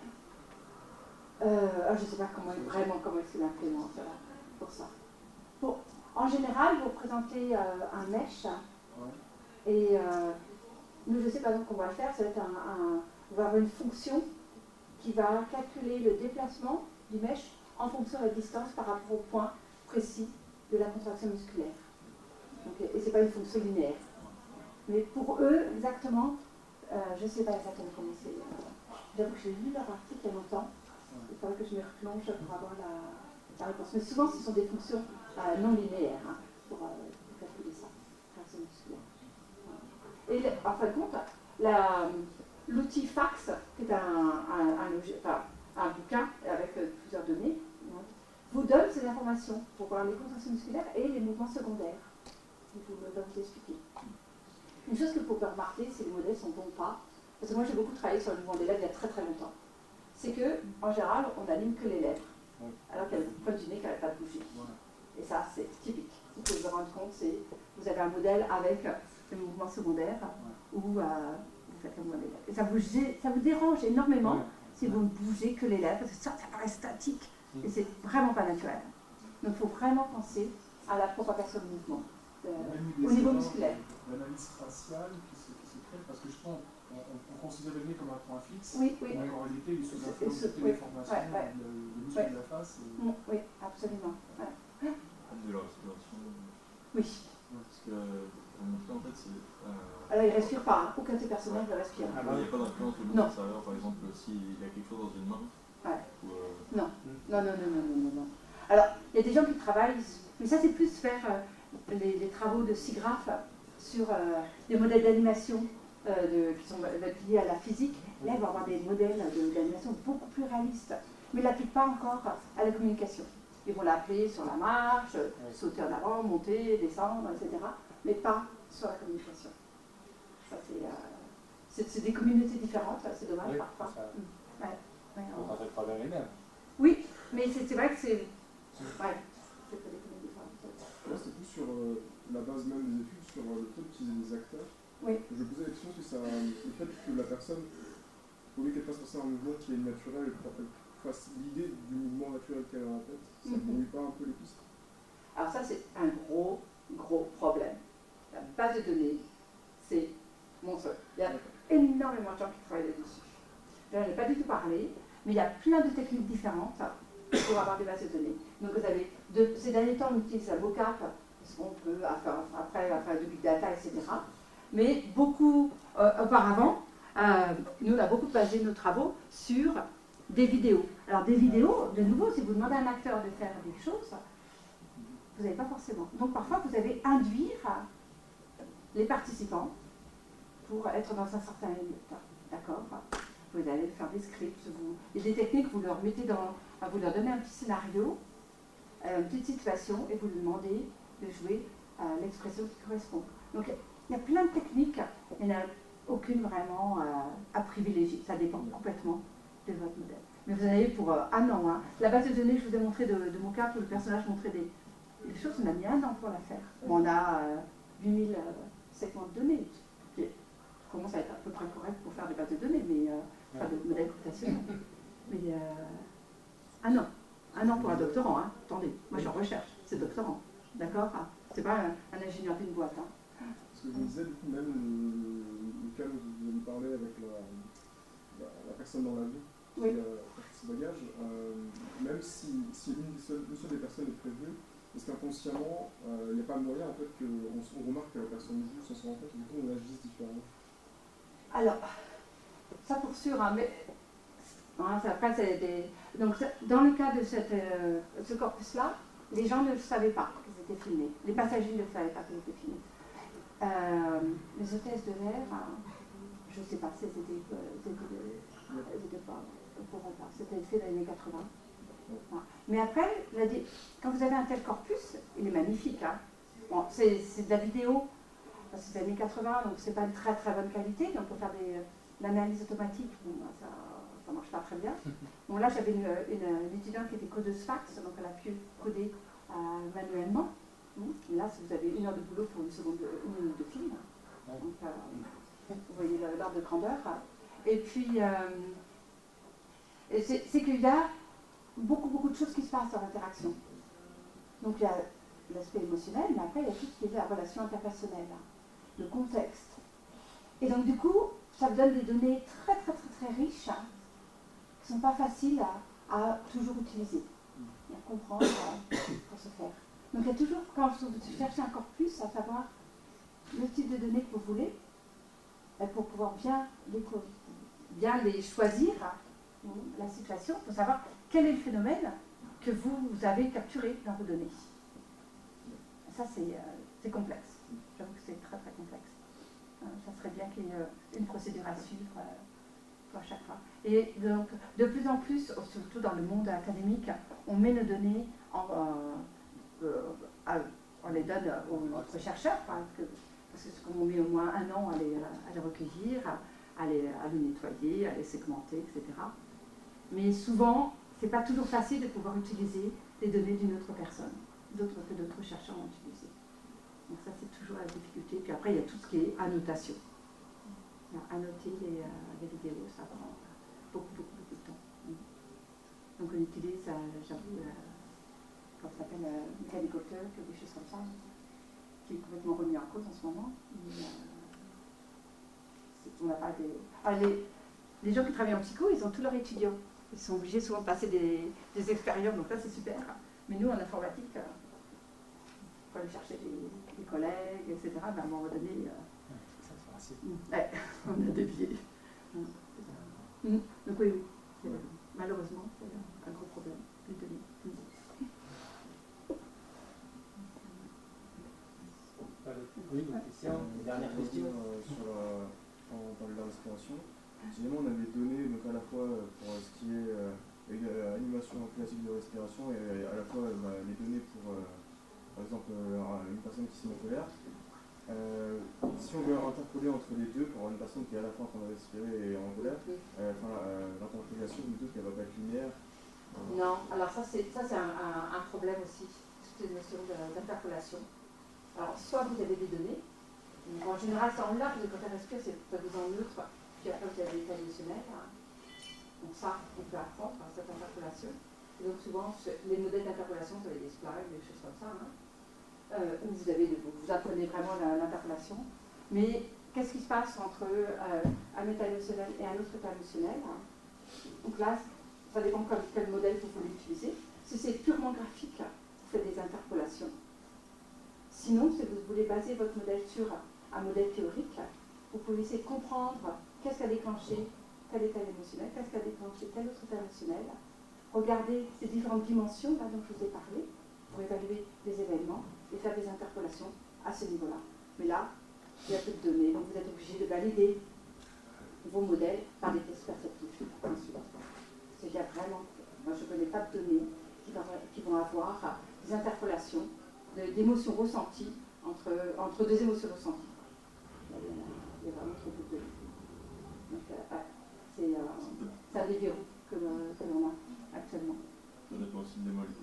Je ne sais pas comment est-ce qu'il implémente pour ça. En général, vous représentez un mesh et nous, je sais par exemple qu'on va le faire, ça va être on va avoir une fonction qui va calculer le déplacement du mesh en fonction de la distance par rapport au point précis de la contraction musculaire. Donc, et ce n'est pas une fonction linéaire. Mais pour eux, exactement, je ne sais pas exactement comment c'est. J'avoue que j'ai lu leur article il y a longtemps. Il faudrait que je me replonge pour avoir la réponse. Mais souvent, ce sont des fonctions non linéaires pour calculer ça, contraction musculaire. Et en fin de compte, l'outil FACS, qui est un bouquin avec plusieurs données, vous donne ces informations pour voir les contractions musculaires et les mouvements secondaires. Je vais vous expliquer. Une chose qu'il faut remarquer, si les modèles sont bons ou pas, parce que moi j'ai beaucoup travaillé sur le mouvement des lèvres il y a très très longtemps, c'est qu'en général, on n'anime que les lèvres, alors qu'il y a le point du nez qui n'arrête pas de bouger. Et ça, c'est typique. Il faut vous rendre compte, vous avez un modèle avec le mouvement secondaire, où vous faites le mouvement des lèvres. Et ça vous dérange énormément si vous ne bougez que les lèvres, parce que ça paraît statique, et c'est vraiment pas naturel. Donc il faut vraiment penser à la propagation du mouvement. Au niveau musculaire. L'analyse faciale qui se crée, parce que justement, on considère le nez comme un point fixe, mais en réalité, il est sous influence de toutes les formations, le muscle de la face. Oui, absolument. De la respiration. Oui. Parce que, pour montrer, en fait, c'est... Alors, il ne respire pas, aucun de ces personnages ne respire. Il n'y a pas d'influence du monde extérieur, par exemple, s'il y a quelque chose dans une main. Non. Non. Alors, il y a des gens qui travaillent, mais ça, c'est plus faire les travaux de SIGGRAPH sur des modèles d'animation qui sont liés à la physique. Là, ils vont avoir des modèles d'animation beaucoup plus réalistes, mais ils ne l'appliquent pas encore à la communication. Ils vont l'appeler sur la marche, sauter en avant, monter, descendre, etc., mais pas sur la communication. Ça, c'est des communautés différentes, c'est dommage parfois. On va faire travers les mêmes. Oui, mais c'est vrai que c'est... Ouais, c'est pas des communautés différentes. Là, c'était plus sur la base même des études, sur le fait d'utiliser des acteurs Oui. Je me posais la question si le fait que la personne, au lieu qu'elle fasse passer un mouvement qui est naturel, elle fasse l'idée du mouvement naturel qu'elle a en tête, ça ne brouille pas un peu les pistes? Alors ça, c'est un gros problème. La base de données, c'est monstrueux. Il y a énormément de gens qui travaillent là-dessus. Je n'en ai pas du tout parlé, mais il y a plein de techniques différentes pour avoir des bases de données. Donc vous avez, ces derniers temps, on utilise la vocap, parce qu'on peut après faire du big data, etc. Mais beaucoup auparavant, nous, on a beaucoup basé nos travaux sur des vidéos. Alors des vidéos, de nouveau, si vous demandez à un acteur de faire des choses, vous n'avez pas forcément. Donc parfois, vous allez induire les participants pour être dans un certain état. D'accord? Vous allez faire des scripts. Il y a des techniques, vous leur mettez vous leur donnez un petit scénario, une petite situation, et vous lui demandez de jouer l'expression qui correspond. Donc il y a plein de techniques, il n'y en a aucune vraiment à privilégier. Ça dépend complètement de votre modèle. Mais vous en avez pour un an. Hein. La base de données que je vous ai montrée de mon cas, où le personnage montrait des choses, on a mis un an pour la faire. Bon, on a 8000 segments de données, qui commence à être à peu près correct pour faire des bases de données, mais pas de modèles computationnels. Mais un an pour un doctorant, hein. Attendez, moi je suis en recherche, c'est doctorant, d'accord? C'est pas un ingénieur d'une boîte. Hein. Parce que je me disais, du coup, même le cas où vous avez parlé avec la personne dans l'avion, qui a ses bagages, même si une seule des personnes est prévue, est-ce qu'inconsciemment, il n'y a pas moyen en fait qu'on remarque que la personne joue sans se rendre compte, et du coup on agisse différemment? Alors, ça pour sûr, hein, mais après, donc, dans le cas de ce corpus-là, les gens ne savaient pas qu'ils étaient filmés. Les passagers ne savaient pas qu'ils étaient filmés. Les hôtesses de l'air, je ne sais pas, c'était pas au courant pas. C'était fait dans les années 80. Mais après, quand vous avez un tel corpus, il est magnifique. Hein. Bon, c'est de la vidéo, c'est des années 80, donc c'est pas une très très bonne qualité, donc on peut faire l'analyse automatique, bon, ça marche pas très bien. Bon, là j'avais une étudiante qui était codeuse fax, donc elle a pu coder manuellement. Là, si vous avez 1 heure de boulot pour 1 minute de film, donc, vous voyez l'ordre de grandeur. Et puis, c'est qu'il y a beaucoup de choses qui se passent dans l'interaction. Donc il y a l'aspect émotionnel, mais après il y a tout ce qui est la relation interpersonnelle, le contexte. Et donc du coup, ça vous donne des données très riches, qui ne sont pas faciles à toujours utiliser, et à comprendre pour se faire. Donc il y a toujours, quand vous cherchez un corpus, à savoir le type de données que vous voulez, pour pouvoir bien les choisir, la situation, pour savoir quel est le phénomène que vous avez capturé dans vos données. Ça, c'est complexe. J'avoue que c'est très complexe. Ça serait bien qu'il y ait une procédure à suivre à chaque fois. Et donc, de plus en plus, surtout dans le monde académique, on met nos données, on les donne aux chercheurs, parce qu'on met au moins 1 an à les recueillir, à les nettoyer, à les segmenter, etc. Mais souvent, c'est pas toujours facile de pouvoir utiliser les données d'une autre personne, que d'autres chercheurs ont utilisé. Donc ça, c'est toujours la difficulté. Puis après, il y a tout ce qui est annotation. Annoter les vidéos, ça prend beaucoup de temps. Donc on utilise, j'avoue, comment ça s'appelle, Mechanical Turk, des choses comme ça, qui est complètement remis en cause en ce moment. Mais, on n'a pas les gens qui travaillent en psycho, ils ont tous leurs étudiants. Ils sont obligés souvent de passer des expériences, donc là c'est super. Mais nous, en informatique, il faut aller chercher des collègues, etc. Mais à un moment donné, on a dévié. Donc oui, malheureusement, c'est un gros problème, les données. Oui, Christian, dernière question. Quand on parlait de l'inspiration, finalement on avait donné donc à la fois pour ce qui est animation classique de respiration et à la fois les données pour par exemple une personne qui se met en colère. Si on veut interpoler entre les deux pour une personne qui est à la fois en train de respirer et en colère, l'interpolation du doute qu'elle va pas être linéaire. Non, alors ça c'est un problème aussi, toute une notion d'interpolation. Alors soit vous avez des données, En général, c'est en là, parce que quand on respire, c'est soi-disant neutre, puis après, vous avez l'état émotionnel. Hein. Donc ça, on peut apprendre par cette interpellation. Et donc souvent, les modèles d'interpellation, vous avez des slides, des choses comme ça, hein, où vous apprenez vraiment l'interpellation. Mais qu'est-ce qui se passe entre un état émotionnel et un autre état émotionnel, hein. Donc là, ça dépend quel modèle vous voulez utiliser. Si c'est purement graphique, vous faites des interpolations. Sinon, si vous voulez baser votre modèle sur un modèle théorique, vous pouvez essayer de comprendre qu'est-ce qui a déclenché tel état émotionnel, qu'est-ce qui a déclenché tel autre état émotionnel. Regardez ces différentes dimensions là, dont je vous ai parlé pour évaluer les événements et faire des interpolations à ce niveau-là. Mais là, il y a peu de données, donc vous êtes obligé de valider vos modèles par des tests perceptifs. Ensuite, il y a vraiment, moi je ne connais pas de données qui vont avoir des interpolations d'émotions ressenties entre deux émotions ressenties. Il y a vraiment trop peu de données. Donc, c'est un des verrous que l'on a actuellement. Ça dépend aussi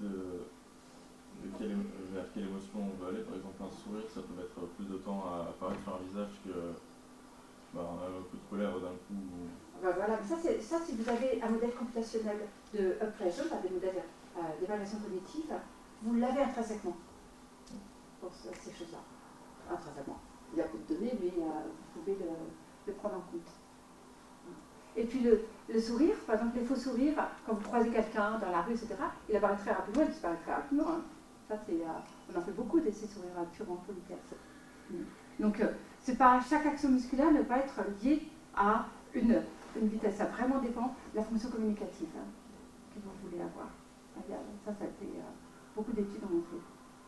vers quelle émotion on veut aller. Par exemple, un sourire, ça peut mettre plus de temps à apparaître sur un visage que un coup de colère d'un coup. Voilà, ça, si vous avez un modèle computationnel de up-pressure, des modèles d'évaluation cognitive, vous l'avez intrinsèquement pour ces choses-là. Intrinsèquement. Il y a peu de données, mais vous pouvez le prendre en compte. Et puis le sourire, par exemple les faux sourires, quand vous croisez quelqu'un dans la rue, etc., il apparaît très rapidement, il disparaît très rapidement. Hein. Ça, on en fait beaucoup de ces sourires purement politesses. Donc, c'est pas, chaque action musculaire ne va pas être lié à une vitesse. Ça vraiment dépend de la fonction communicative que vous voulez avoir. Ça a été beaucoup d'études ont montré.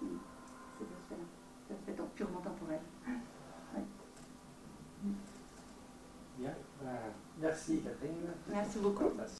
C'est l'aspect purement temporel. Ouais. Bien. Merci Catherine. Merci beaucoup.